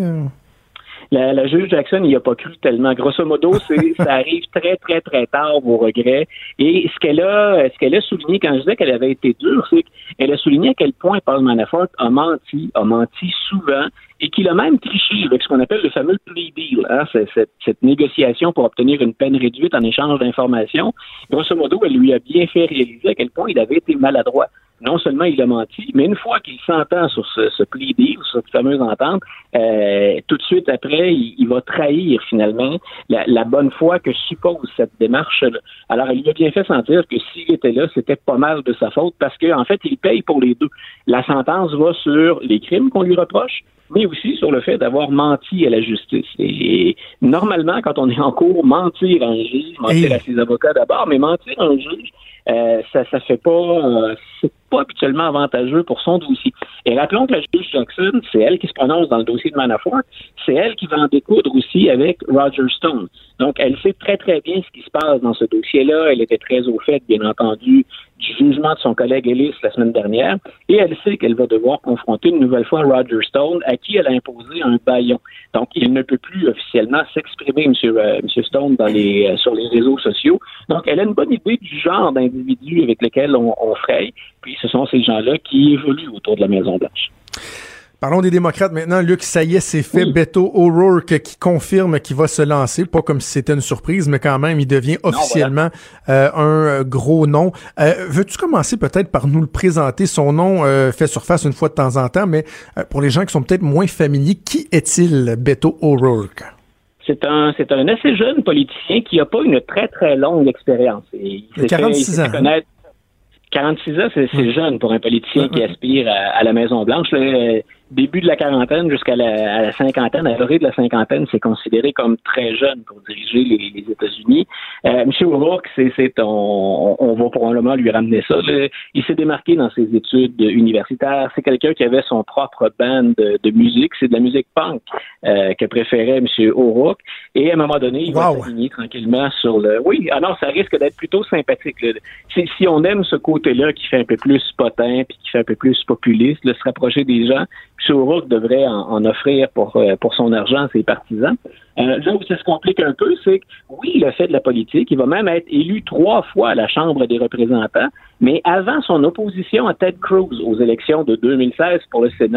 La, la juge Jackson n'y a pas cru tellement. Grosso modo, c'est, ça arrive très, très, très tard, vos regrets. Et ce qu'elle a, ce qu'elle a souligné, quand je disais qu'elle avait été dure, c'est qu'elle a souligné à quel point Paul Manafort a menti, a menti souvent, et qu'il a même triché avec ce qu'on appelle le fameux plea deal, hein, c'est, cette, cette négociation pour obtenir une peine réduite en échange d'informations. Grosso modo, elle lui a bien fait réaliser à quel point il avait été maladroit. Non seulement il a menti, mais une fois qu'il s'entend sur ce, ce plea deal, sur cette fameuse entente, euh, tout de suite après, il, il va trahir finalement la, la bonne foi que suppose cette démarche-là. Alors, il lui a bien fait sentir que s'il était là, c'était pas mal de sa faute parce qu'en en fait, il paye pour les deux. La sentence va sur les crimes qu'on lui reproche, mais aussi sur le fait d'avoir menti à la justice. Et normalement, quand on est en cours, mentir à un juge, mentir et... à ses avocats d'abord, mais mentir à un juge, euh, ça ça fait pas euh, c'est pas habituellement avantageux pour son dossier. Et rappelons que la juge Jackson, c'est elle qui se prononce dans le dossier de Manafort, c'est elle qui va en découdre aussi avec Roger Stone. Donc, elle sait très, très bien ce qui se passe dans ce dossier-là. Elle était très au fait, bien entendu, du jugement de son collègue Ellis la semaine dernière. Et elle sait qu'elle va devoir confronter une nouvelle fois Roger Stone, à qui elle a imposé un bâillon. Donc, il ne peut plus officiellement s'exprimer, M. Euh, M. Stone, dans les, euh, sur les réseaux sociaux. Donc, elle a une bonne idée du genre d'individu avec lequel on, on fraye. Puis, ce sont ces gens-là qui évoluent autour de la Maison-Blanche. Parlons des démocrates maintenant. Luc, ça y est, c'est fait. Oui. Beto O'Rourke qui confirme qu'il va se lancer. Pas comme si c'était une surprise, mais quand même, il devient officiellement non, voilà. euh, un gros nom. Euh, veux-tu commencer peut-être par nous le présenter? Son nom euh, fait surface une fois de temps en temps, mais euh, pour les gens qui sont peut-être moins familiers, qui est-il, Beto O'Rourke? C'est un, c'est un assez jeune politicien qui n'a pas une très, très longue expérience. Et il quarante-six ans. Connaître... quarante-six ans, c'est, c'est jeune pour un politicien qui aspire à, à la Maison-Blanche. Le début de la quarantaine jusqu'à la, à la cinquantaine, à l'orée de la cinquantaine, c'est considéré comme très jeune pour diriger les, les États-Unis. Euh, M. O'Rourke, c'est, c'est on, on va probablement lui ramener ça. Le, il s'est démarqué dans ses études universitaires. C'est quelqu'un qui avait son propre band de, de musique. C'est de la musique punk euh, que préférait M. O'Rourke. Et à un moment donné, il wow. va s'aligner tranquillement sur le... Oui, alors ça risque d'être plutôt sympathique. Là. Si, si on aime ce côté-là qui fait un peu plus potin puis qui fait un peu plus populiste, là, se rapprocher des gens, M. O'Rourke devrait en, en offrir pour, pour son argent à ses partisans. Euh, là où ça se complique un peu, c'est que oui, il a fait de la politique, il va même être élu trois fois à la Chambre des représentants, mais avant son opposition à Ted Cruz aux élections de deux mille seize pour le Sénat,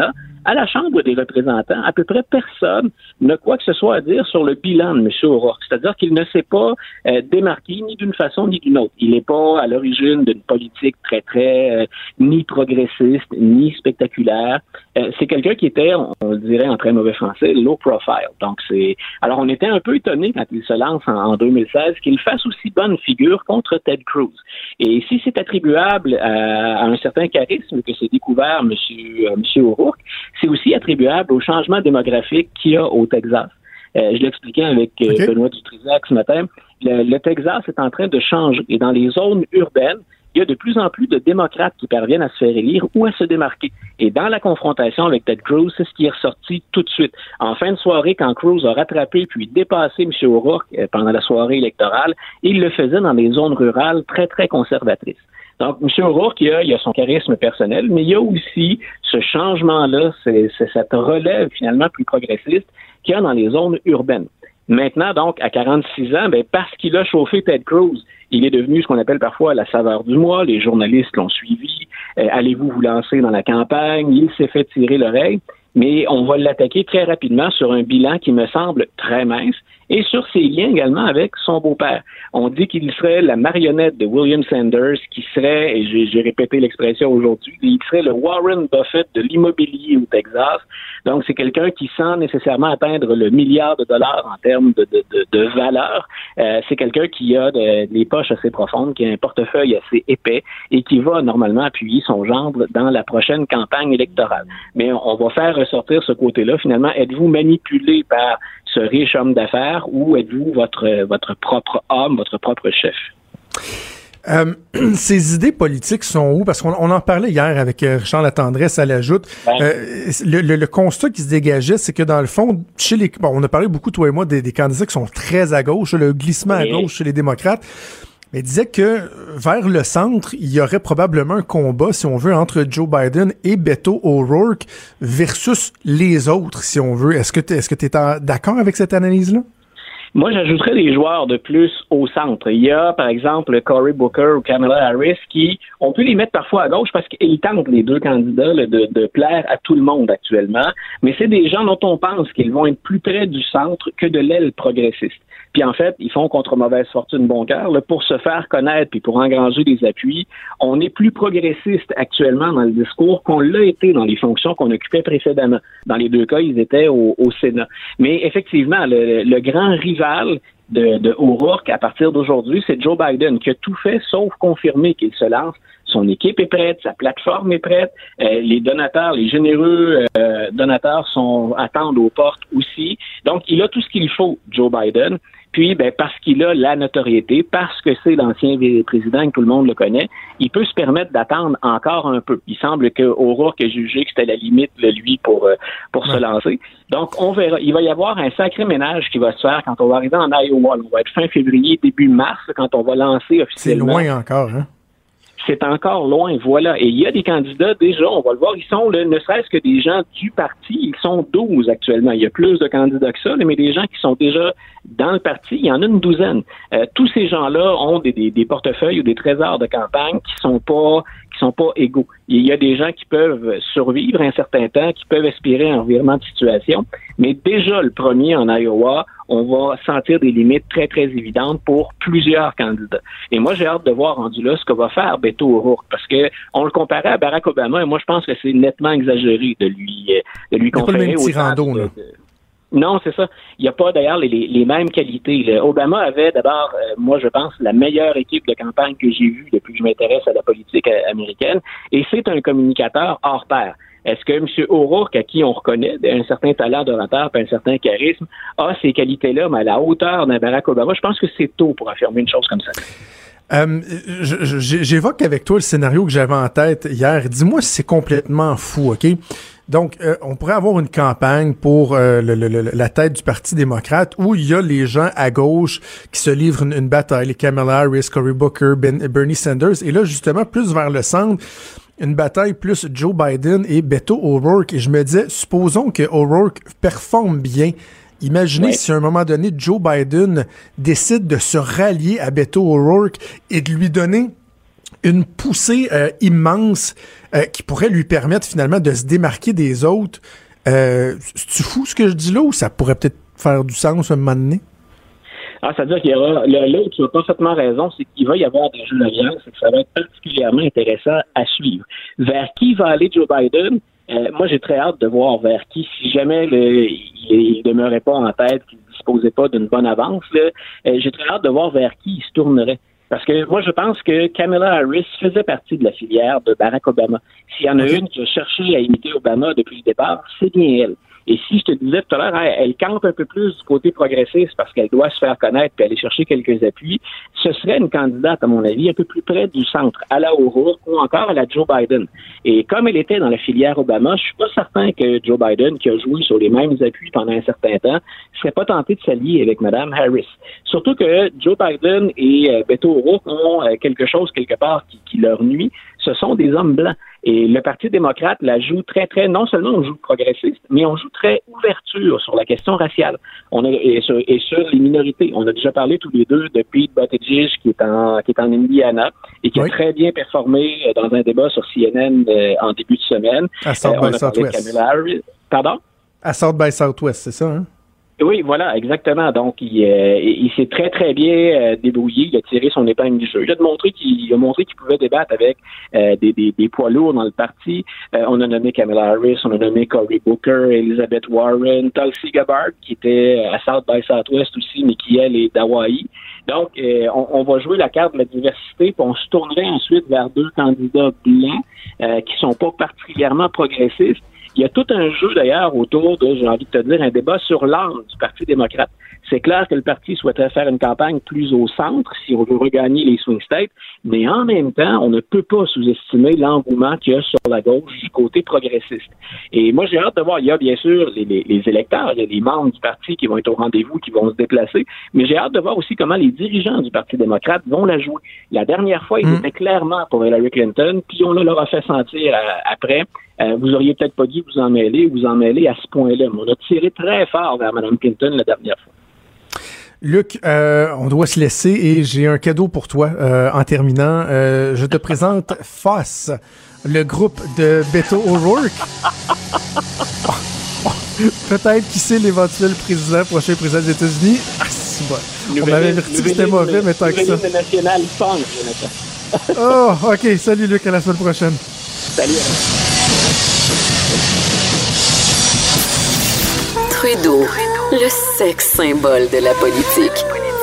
À la Chambre des représentants, à peu près personne n'a quoi que ce soit à dire sur le bilan de M. O'Rourke. C'est-à-dire qu'il ne s'est pas euh, démarqué ni d'une façon ni d'une autre. Il n'est pas à l'origine d'une politique très, très euh, ni progressiste, ni spectaculaire. Euh, c'est quelqu'un qui était, on, on le dirait en très mauvais français, low profile. Donc, c'est. Alors, on était un peu étonné quand il se lance en, en deux mille seize qu'il fasse aussi bonne figure contre Ted Cruz. Et si c'est attribuable à, à un certain charisme que s'est découvert M. Euh, M. O'Rourke, c'est aussi attribuable au changement démographique qu'il y a au Texas. Euh, je l'expliquais avec euh, okay. Benoît Dutrisac ce matin. Le, le Texas est en train de changer. Et dans les zones urbaines, il y a de plus en plus de démocrates qui parviennent à se faire élire ou à se démarquer. Et dans la confrontation avec Ted Cruz, c'est ce qui est ressorti tout de suite. En fin de soirée, quand Cruz a rattrapé puis dépassé M. O'Rourke euh, pendant la soirée électorale, il le faisait dans des zones rurales très, très conservatrices. Donc, M. O'Rourke, il a, il a son charisme personnel, mais il y a aussi ce changement-là, c'est, c'est cette relève finalement plus progressiste qu'il y a dans les zones urbaines. Maintenant, donc, à quarante-six ans, ben, parce qu'il a chauffé Ted Cruz, il est devenu ce qu'on appelle parfois la saveur du mois. Les journalistes l'ont suivi. Euh, allez-vous vous lancer dans la campagne? Il s'est fait tirer l'oreille. Mais on va l'attaquer très rapidement sur un bilan qui me semble très mince et sur ses liens également avec son beau-père. On dit qu'il serait la marionnette de William Sanders, qui serait, et j'ai, j'ai répété l'expression aujourd'hui, il serait le Warren Buffett de l'immobilier au Texas. Donc, c'est quelqu'un qui, sans nécessairement atteindre le milliard de dollars en termes de, de, de, de valeur, euh, c'est quelqu'un qui a de, des poches assez profondes, qui a un portefeuille assez épais et qui va normalement appuyer son gendre dans la prochaine campagne électorale. Mais on, on va faire ressortir ce côté-là. Finalement, êtes-vous manipulé par ce riche homme d'affaires ou êtes-vous votre, votre propre homme, votre propre chef? Euh, ces idées politiques sont où? Parce qu'on on en parlait hier avec Richard Latendresse à l'ajoute. Ouais. Euh, le, le, le constat qui se dégageait, c'est que dans le fond, chez les, bon, on a parlé beaucoup, toi et moi, des, des candidats qui sont très à gauche, le glissement oui. à gauche chez les démocrates. Mais il disait que vers le centre, il y aurait probablement un combat, si on veut, entre Joe Biden et Beto O'Rourke versus les autres, si on veut. Est-ce que tu est-ce que tu es d'accord avec cette analyse-là? Moi, j'ajouterais des joueurs de plus au centre. Il y a, par exemple, Cory Booker ou Kamala Harris qui, on peut les mettre parfois à gauche parce qu'ils tentent, les deux candidats, là, de, de plaire à tout le monde actuellement. Mais c'est des gens dont on pense qu'ils vont être plus près du centre que de l'aile progressiste. Puis en fait, ils font contre mauvaise fortune bon cœur, là, pour se faire connaître puis pour engranger des appuis. On est plus progressiste actuellement dans le discours qu'on l'a été dans les fonctions qu'on occupait précédemment. Dans les deux cas, ils étaient au, au Sénat. Mais effectivement, le, le grand rival de, de O'Rourke à partir d'aujourd'hui, c'est Joe Biden qui a tout fait sauf confirmer qu'il se lance. Son équipe est prête, sa plateforme est prête, euh, les donateurs, les généreux euh, donateurs sont attendent aux portes aussi. Donc, il a tout ce qu'il faut, Joe Biden. Puis, ben, parce qu'il a la notoriété, parce que c'est l'ancien président et que tout le monde le connaît, il peut se permettre d'attendre encore un peu. Il semble que O'Rourke a jugé que c'était la limite, là, lui, pour euh, pour ouais. se lancer. Donc, on verra. Il va y avoir un sacré ménage qui va se faire quand on va arriver en Iowa. On va être fin février, début mars, quand on va lancer officiellement. C'est loin encore, hein? C'est encore loin, voilà. Et il y a des candidats, déjà, on va le voir, ils sont, là, ne serait-ce que des gens du parti, ils sont douze actuellement. Il y a plus de candidats que ça, mais des gens qui sont déjà dans le parti, il y en a une douzaine. Euh, tous ces gens-là ont des, des, des portefeuilles ou des trésors de campagne qui sont pas qui sont pas égaux. Il y a des gens qui peuvent survivre un certain temps, qui peuvent aspirer à un revirement de situation, mais déjà le premier en Iowa, on va sentir des limites très, très évidentes pour plusieurs candidats. Et moi, j'ai hâte de voir rendu là ce que va faire Beto O'Rourke, parce que on le comparait à Barack Obama, et moi, je pense que c'est nettement exagéré de lui, de lui conférer autant de, de, Non, c'est ça. Il n'y a pas d'ailleurs les, les mêmes qualités. Le Obama avait d'abord, euh, moi je pense, la meilleure équipe de campagne que j'ai vue depuis que je m'intéresse à la politique américaine, et c'est un communicateur hors pair. Est-ce que M. O'Rourke, à qui on reconnaît un certain talent d'orateur et un certain charisme, a ces qualités-là, mais à la hauteur d'un Barack Obama? Je pense que c'est tôt pour affirmer une chose comme ça. Euh, j'évoque avec toi le scénario que j'avais en tête hier. Dis-moi si c'est complètement fou, OK? Donc, euh, on pourrait avoir une campagne pour euh, le, le, le, la tête du Parti démocrate où il y a les gens à gauche qui se livrent une, une bataille, les Kamala Harris, Cory Booker, ben, Bernie Sanders, et là, justement, plus vers le centre, une bataille plus Joe Biden et Beto O'Rourke. Et je me disais, supposons que O'Rourke performe bien. Imaginez ouais. si à un moment donné, Joe Biden décide de se rallier à Beto O'Rourke et de lui donner une poussée euh, immense euh, qui pourrait lui permettre finalement de se démarquer des autres. Euh, c'est-tu fou ce que je dis là ou ça pourrait peut-être faire du sens un moment donné? Ah, c'est-à-dire qu'il y aura, là, là où tu as parfaitement raison, c'est qu'il va y avoir des jeux d'alliance et que ça va être particulièrement intéressant à suivre. Vers qui va aller Joe Biden? Euh, moi, j'ai très hâte de voir vers qui, si jamais le, il, il demeurait pas en tête, qu'il ne disposait pas d'une bonne avance, là, euh, j'ai très hâte de voir vers qui il se tournerait. Parce que moi, je pense que Kamala Harris faisait partie de la filière de Barack Obama. S'il y en a okay. une qui a cherché à imiter Obama depuis le départ, c'est bien elle. Et si je te disais tout à l'heure, elle, elle campe un peu plus du côté progressiste parce qu'elle doit se faire connaître puis aller chercher quelques appuis, ce serait une candidate, à mon avis, un peu plus près du centre, à la O'Rourke ou encore à la Joe Biden. Et comme elle était dans la filière Obama, je suis pas certain que Joe Biden, qui a joué sur les mêmes appuis pendant un certain temps, serait pas tenté de s'allier avec Mme Harris. Surtout que Joe Biden et euh, Beto O'Rourke ont euh, quelque chose quelque part qui, qui leur nuit. Ce sont des hommes blancs. Et le Parti démocrate la joue très, très, non seulement on joue progressiste, mais on joue très ouverture sur la question raciale. On a, et, sur, et sur les minorités. On a déjà parlé tous les deux de Pete Buttigieg qui est en, qui est en Indiana et qui oui. a très bien performé dans un débat sur C N N euh, en début de semaine. À South euh, by Southwest. Pardon? À South by Southwest, c'est ça, hein? Oui, voilà, exactement. Donc, il, euh, il s'est très, très bien euh, débrouillé. Il a tiré son épingle du jeu. Il a montré qu'il, il a montré qu'il pouvait débattre avec euh, des, des, des poids lourds dans le parti. Euh, on a nommé Kamala Harris, on a nommé Cory Booker, Elizabeth Warren, Tulsi Gabbard, qui était à South by Southwest aussi, mais qui, elle, est d'Hawaï. Donc, euh, on, on va jouer la carte de la diversité, puis on se tournerait ensuite vers deux candidats blancs euh, qui sont pas particulièrement progressistes. Il y a tout un jeu, d'ailleurs, autour de, j'ai envie de te dire, un débat sur l'âme du Parti démocrate. C'est clair que le parti souhaiterait faire une campagne plus au centre, si on veut regagner les swing states, mais en même temps, on ne peut pas sous-estimer l'engouement qu'il y a sur la gauche du côté progressiste. Et moi, j'ai hâte de voir, il y a bien sûr les, les, les électeurs, il y a les membres du parti qui vont être au rendez-vous, qui vont se déplacer, mais j'ai hâte de voir aussi comment les dirigeants du Parti démocrate vont la jouer. La dernière fois, ils mmh. étaient clairement pour Hillary Clinton, puis on leur a fait sentir euh, après, euh, vous auriez peut-être pas dû vous en mêler, vous en mêler à ce point-là. Mais on a tiré très fort vers Mme Clinton la dernière fois. Luc, euh, on doit se laisser et j'ai un cadeau pour toi euh, en terminant. Euh, je te présente Foss, le groupe de Beto O'Rourke. Oh, oh, peut-être qui sait l'éventuel président, prochain président des États-Unis. Ah, c'est bon. On m'avait averti que c'était mauvais, mais tant que ça. National funk, Jonathan. Oh, ok. Salut Luc, à la semaine prochaine. Salut. Trudeau, le sexe symbole de la politique.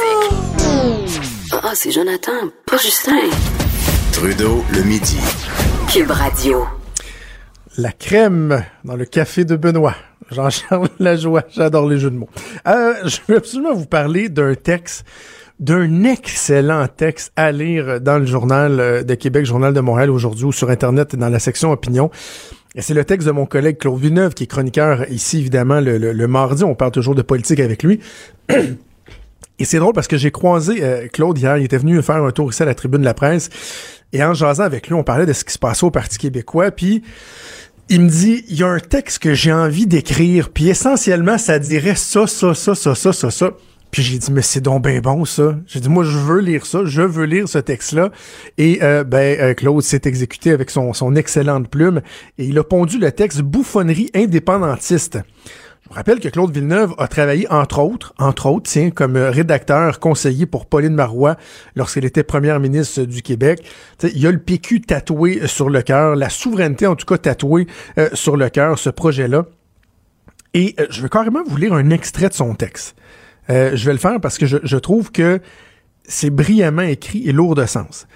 Ah, oh, c'est Jonathan, pas Justin. Trudeau, le midi. Cube Radio. La crème dans le café de Benoît. Jean-Charles Lajoie, j'adore les jeux de mots. Euh, je veux absolument vous parler d'un texte, d'un excellent texte à lire dans le Journal de Québec, Journal de Montréal aujourd'hui ou sur Internet et dans la section opinion. Et c'est le texte de mon collègue Claude Villeneuve, qui est chroniqueur ici, évidemment, le, le, le mardi. On parle toujours de politique avec lui. Et c'est drôle parce que j'ai croisé euh, Claude hier. Il était venu faire un tour ici à la tribune de la presse. Et en jasant avec lui, on parlait de ce qui se passait au Parti québécois. Puis il me dit, il y a un texte que j'ai envie d'écrire. Puis essentiellement, ça dirait ça, ça, ça, ça, ça, ça, ça. Puis j'ai dit, mais c'est donc ben bon, ça. J'ai dit, moi, je veux lire ça. Je veux lire ce texte-là. Et euh, ben euh, Claude s'est exécuté avec son, son excellente plume. Et il a pondu le texte « Bouffonnerie indépendantiste ». Je vous rappelle que Claude Villeneuve a travaillé, entre autres, entre autres, tiens, comme rédacteur conseiller pour Pauline Marois lorsqu'elle était première ministre du Québec. T'sais, il y a le P Q tatoué sur le cœur, la souveraineté, en tout cas, tatouée euh, sur le cœur, ce projet-là. Et euh, je veux carrément vous lire un extrait de son texte. Euh, je vais le faire parce que je, je trouve que c'est brillamment écrit et lourd de sens.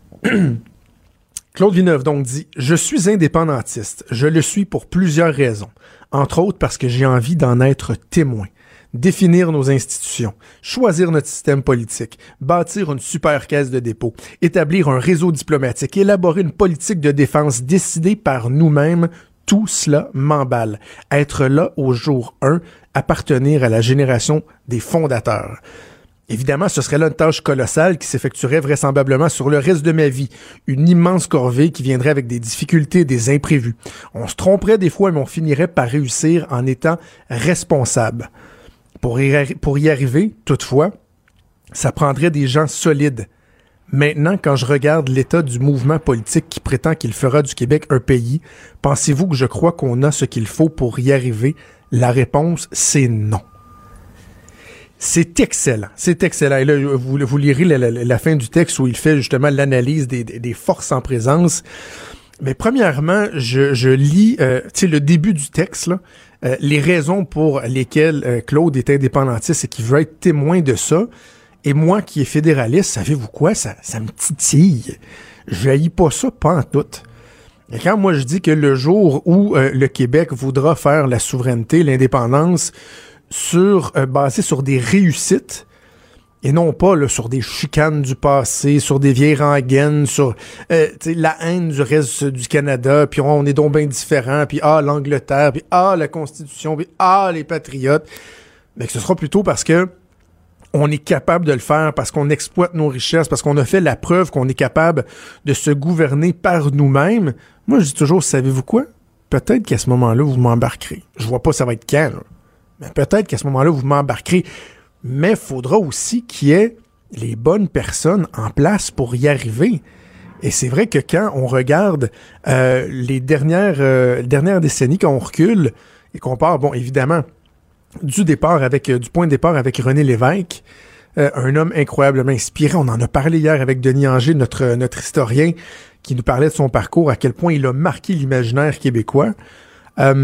Claude Villeneuve donc dit « Je suis indépendantiste. Je le suis pour plusieurs raisons. Entre autres parce que j'ai envie d'en être témoin. Définir nos institutions, choisir notre système politique, bâtir une super caisse de dépôt, établir un réseau diplomatique, élaborer une politique de défense décidée par nous-mêmes, tout cela m'emballe. Être là au jour un, appartenir à la génération des fondateurs. Évidemment, ce serait là une tâche colossale qui s'effectuerait vraisemblablement sur le reste de ma vie. Une immense corvée qui viendrait avec des difficultés et des imprévus. On se tromperait des fois, mais on finirait par réussir en étant responsable. Pour y, pour y arriver, toutefois, ça prendrait des gens solides. Maintenant, quand je regarde l'état du mouvement politique qui prétend qu'il fera du Québec un pays, pensez-vous que je crois qu'on a ce qu'il faut pour y arriver? La réponse, c'est non. C'est excellent. C'est excellent. Et là, vous, vous lirez la, la, la fin du texte où il fait justement l'analyse des, des forces en présence. Mais premièrement, je, je lis euh, tu sais, le début du texte, là, euh, les raisons pour lesquelles euh, Claude est indépendantiste et qu'il veut être témoin de ça. Et moi qui est fédéraliste, savez-vous quoi? Ça, ça me titille. Je haïs pas ça, pas en tout. Et quand moi je dis que le jour où euh, le Québec voudra faire la souveraineté, l'indépendance, sur euh, basé sur des réussites, et non pas là, sur des chicanes du passé, sur des vieilles rengaines, sur euh, la haine du reste du Canada, puis on est donc bien différents, puis ah, l'Angleterre, puis ah, la Constitution, puis ah, les patriotes, mais que ce sera plutôt parce que on est capable de le faire, parce qu'on exploite nos richesses, parce qu'on a fait la preuve qu'on est capable de se gouverner par nous-mêmes. Moi, je dis toujours, savez-vous quoi? Peut-être qu'à ce moment-là, vous m'embarquerez. Je vois pas ça va être quand, là. Mais peut-être qu'à ce moment-là, vous m'embarquerez. Mais il faudra aussi qu'il y ait les bonnes personnes en place pour y arriver. Et c'est vrai que quand on regarde euh, les dernières, euh, dernières décennies, quand on recule et qu'on part, bon, évidemment, du départ avec euh, du point de départ avec René Lévesque, euh, un homme incroyablement inspiré. On en a parlé hier avec Denis Anger, notre, notre historien, qui nous parlait de son parcours, à quel point il a marqué l'imaginaire québécois. Euh,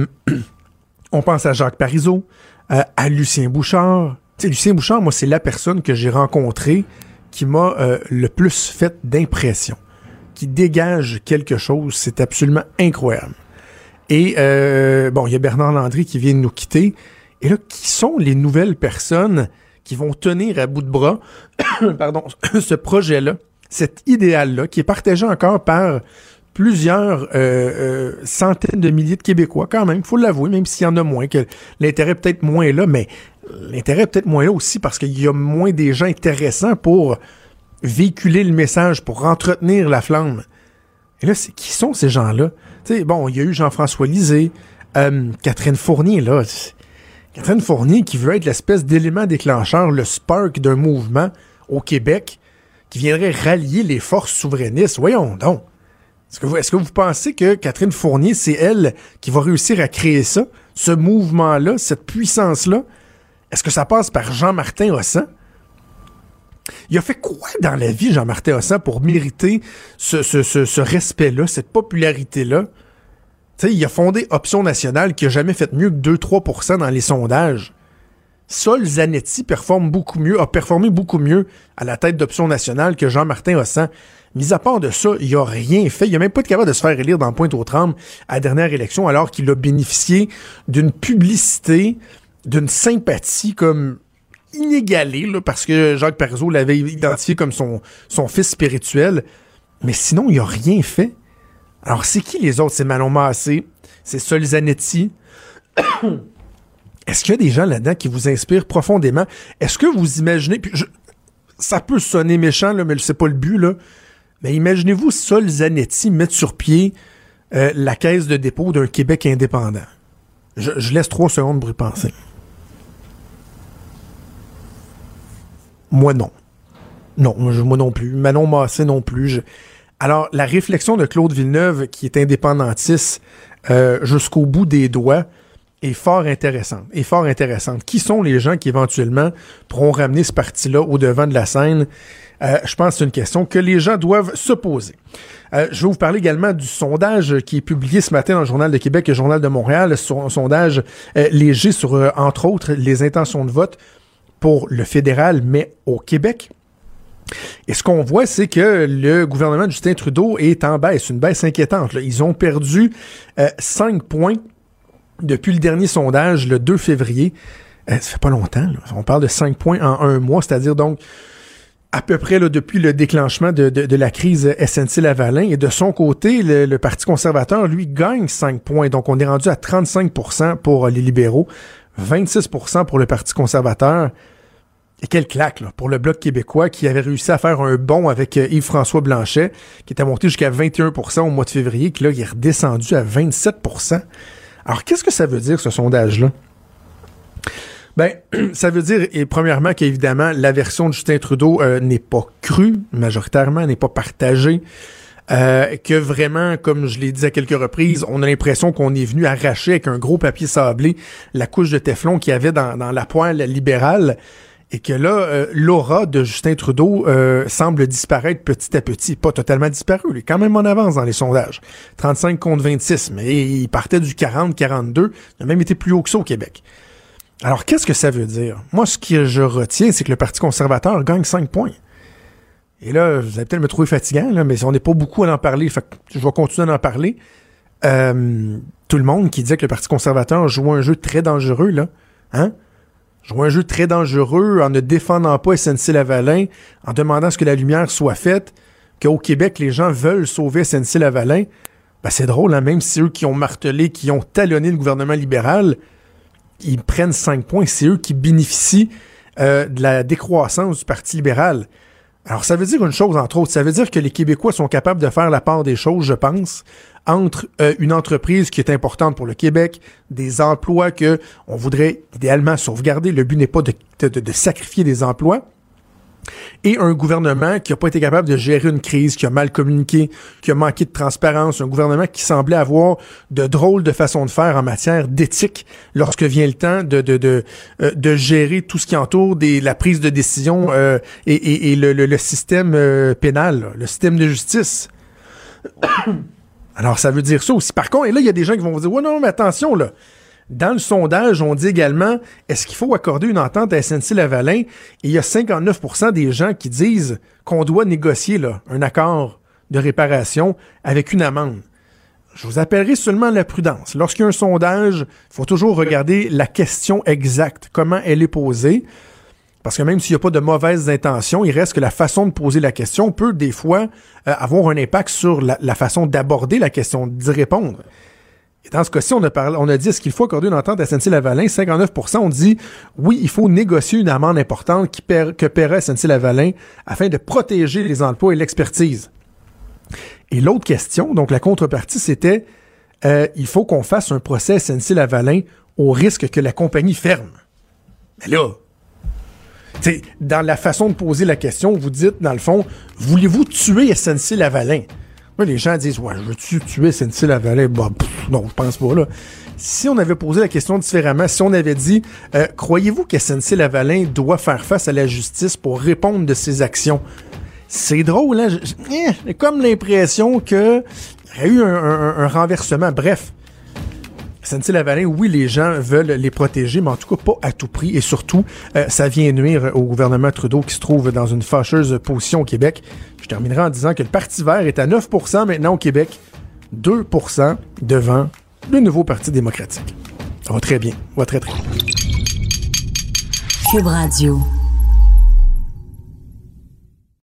on pense à Jacques Parizeau, euh, à Lucien Bouchard. Tu sais, Lucien Bouchard, moi, c'est la personne que j'ai rencontrée qui m'a euh, le plus fait d'impression, qui dégage quelque chose. C'est absolument incroyable. Et, euh, bon, il y a Bernard Landry qui vient de nous quitter. Et là, qui sont les nouvelles personnes qui vont tenir à bout de bras, pardon, ce projet-là, cet idéal-là, qui est partagé encore par plusieurs euh, euh, centaines de milliers de Québécois, quand même, il faut l'avouer, même s'il y en a moins, que l'intérêt est peut-être moins là, mais l'intérêt est peut-être moins là aussi parce qu'il y a moins des gens intéressants pour véhiculer le message, pour entretenir la flamme. Et là, c'est, qui sont ces gens-là? Tu sais, bon, il y a eu Jean-François Lisée, euh, Catherine Fournier, là. Catherine Fournier qui veut être l'espèce d'élément déclencheur, le spark d'un mouvement au Québec qui viendrait rallier les forces souverainistes. Voyons donc. Est-ce que vous, est-ce que vous pensez que Catherine Fournier, c'est elle qui va réussir à créer ça, ce mouvement-là, cette puissance-là? Est-ce que ça passe par Jean-Martin Hossan? Il a fait quoi dans la vie, Jean-Martin Hossan, pour mériter ce, ce, ce, ce respect-là, cette popularité-là? Tu sais, il a fondé Option nationale qui a jamais fait mieux que deux à trois pour cent dans les sondages. Sol Zanetti performe beaucoup mieux, a performé beaucoup mieux à la tête d'Option nationale que Jean-Martin Hossan. Mis à part de ça, il a rien fait. Il a même pas été capable de se faire élire dans Pointe-aux-Trembles à la dernière élection, alors qu'il a bénéficié d'une publicité, d'une sympathie comme inégalée, là, parce que Jacques Parizeau l'avait identifié comme son, son fils spirituel. Mais sinon, il a rien fait. Alors, c'est qui les autres? C'est Manon Massé, c'est Sol Zanetti. Est-ce qu'il y a des gens là-dedans qui vous inspirent profondément? Est-ce que vous imaginez... Puis je, ça peut sonner méchant, là, mais c'est pas le but, là. Mais imaginez-vous Sol Zanetti mettre sur pied euh, la caisse de dépôt d'un Québec indépendant. Je, je laisse trois secondes pour y penser. Moi, non. Non, moi, je, moi non plus. Manon Massé non plus. Je... Alors, la réflexion de Claude Villeneuve, qui est indépendantiste euh, jusqu'au bout des doigts, est fort intéressante. Est fort intéressante. Qui sont les gens qui, éventuellement, pourront ramener ce parti-là au devant de la scène? Euh, je pense que c'est une question que les gens doivent se poser. Euh, je vais vous parler également du sondage qui est publié ce matin dans le Journal de Québec et le Journal de Montréal. Un sondage euh, léger sur, euh, entre autres, les intentions de vote pour le fédéral, mais au Québec. Et ce qu'on voit, c'est que le gouvernement de Justin Trudeau est en baisse, une baisse inquiétante, là. Ils ont perdu euh, cinq points depuis le dernier sondage, le deux février. Euh, ça fait pas longtemps, là. On parle de cinq points en un mois, c'est-à-dire donc à peu près là, depuis le déclenchement de, de, de la crise S N C-Lavalin. Et de son côté, le, le Parti conservateur, lui, gagne cinq points. Donc, on est rendu à trente-cinq pour cent pour les libéraux, vingt-six pour cent pour le Parti conservateur. Et quelle claque là, pour le Bloc québécois qui avait réussi à faire un bond avec euh, Yves-François Blanchet, qui était monté jusqu'à vingt et un pour cent au mois de février, qui là, il est redescendu à vingt-sept pour cent. Alors, qu'est-ce que ça veut dire, ce sondage-là? Ben, ça veut dire, et premièrement, qu'évidemment, la version de Justin Trudeau euh, n'est pas crue, majoritairement, n'est pas partagée. Euh, que vraiment, comme je l'ai dit à quelques reprises, on a l'impression qu'on est venu arracher avec un gros papier sablé la couche de téflon qu'il y avait dans, dans la poêle libérale, et que là, euh, l'aura de Justin Trudeau euh, semble disparaître petit à petit. Pas totalement disparu, il est quand même en avance dans les sondages. trente-cinq contre vingt-six, mais il partait du quarante quarante-deux, il a même été plus haut que ça au Québec. Alors, qu'est-ce que ça veut dire? Moi, ce que je retiens, c'est que le Parti conservateur gagne cinq points. Et là, vous allez peut-être me trouver fatigant, là, mais on n'est pas beaucoup à en parler, fait que je vais continuer à en parler. Euh, tout le monde qui disait que le Parti conservateur jouait un jeu très dangereux, là, hein? Jouait un jeu très dangereux en ne défendant pas S N C-Lavalin, en demandant à ce que la lumière soit faite, qu'au Québec, les gens veulent sauver S N C-Lavalin. Ben, c'est drôle, hein? Même si eux qui ont martelé, qui ont talonné le gouvernement libéral, ils prennent cinq points, c'est eux qui bénéficient euh, de la décroissance du Parti libéral. Alors, ça veut dire une chose, entre autres, ça veut dire que les Québécois sont capables de faire la part des choses, je pense, entre euh, une entreprise qui est importante pour le Québec, des emplois que on voudrait idéalement sauvegarder, le but n'est pas de, de, de sacrifier des emplois, et un gouvernement qui n'a pas été capable de gérer une crise, qui a mal communiqué, qui a manqué de transparence, un gouvernement qui semblait avoir de drôles de façons de faire en matière d'éthique lorsque vient le temps de de de, euh, de gérer tout ce qui entoure des, la prise de décision euh, et, et, et le, le, le système euh, pénal, là, le système de justice. Alors, ça veut dire ça aussi. Par contre, et là, il y a des gens qui vont vous dire « Ouais, non, mais attention, là. » Dans le sondage, on dit également, est-ce qu'il faut accorder une entente à S N C-Lavalin? Et il y a cinquante-neuf pour cent des gens qui disent qu'on doit négocier là, un accord de réparation avec une amende. Je vous appellerai seulement à la prudence. Lorsqu'il y a un sondage, il faut toujours regarder la question exacte, comment elle est posée. Parce que même s'il n'y a pas de mauvaises intentions, il reste que la façon de poser la question peut des fois euh, avoir un impact sur la, la façon d'aborder la question, d'y répondre. Et dans ce cas-ci, on a, parlé, on a dit, est-ce qu'il faut accorder une entente à S N C-Lavalin? cinquante-neuf pour cent ont dit, oui, il faut négocier une amende importante qui paie, que paiera S N C-Lavalin afin de protéger les emplois et l'expertise. Et l'autre question, donc la contrepartie, c'était, euh, il faut qu'on fasse un procès à S N C-Lavalin au risque que la compagnie ferme. Mais là, t'sais, dans la façon de poser la question, vous dites, dans le fond, voulez-vous tuer S N C-Lavalin? Moi, les gens disent, ouais, je veux-tu tuer S N C-Lavalin? Bah, pff, non, je pense pas, là. Si on avait posé la question différemment, si on avait dit, euh, croyez-vous qu'S N C-Lavalin doit faire face à la justice pour répondre de ses actions? C'est drôle, hein? J'ai comme l'impression qu'il y a eu un, un, un renversement. Bref, S N C-Lavalin, oui, les gens veulent les protéger, mais en tout cas pas à tout prix. Et surtout, euh, ça vient nuire au gouvernement Trudeau qui se trouve dans une fâcheuse position au Québec. Je terminerai en disant que le Parti vert est à neuf pour cent maintenant au Québec, deux pour cent devant le nouveau Parti démocratique. Ça va très bien. Ça va très, très bien. Cube Radio.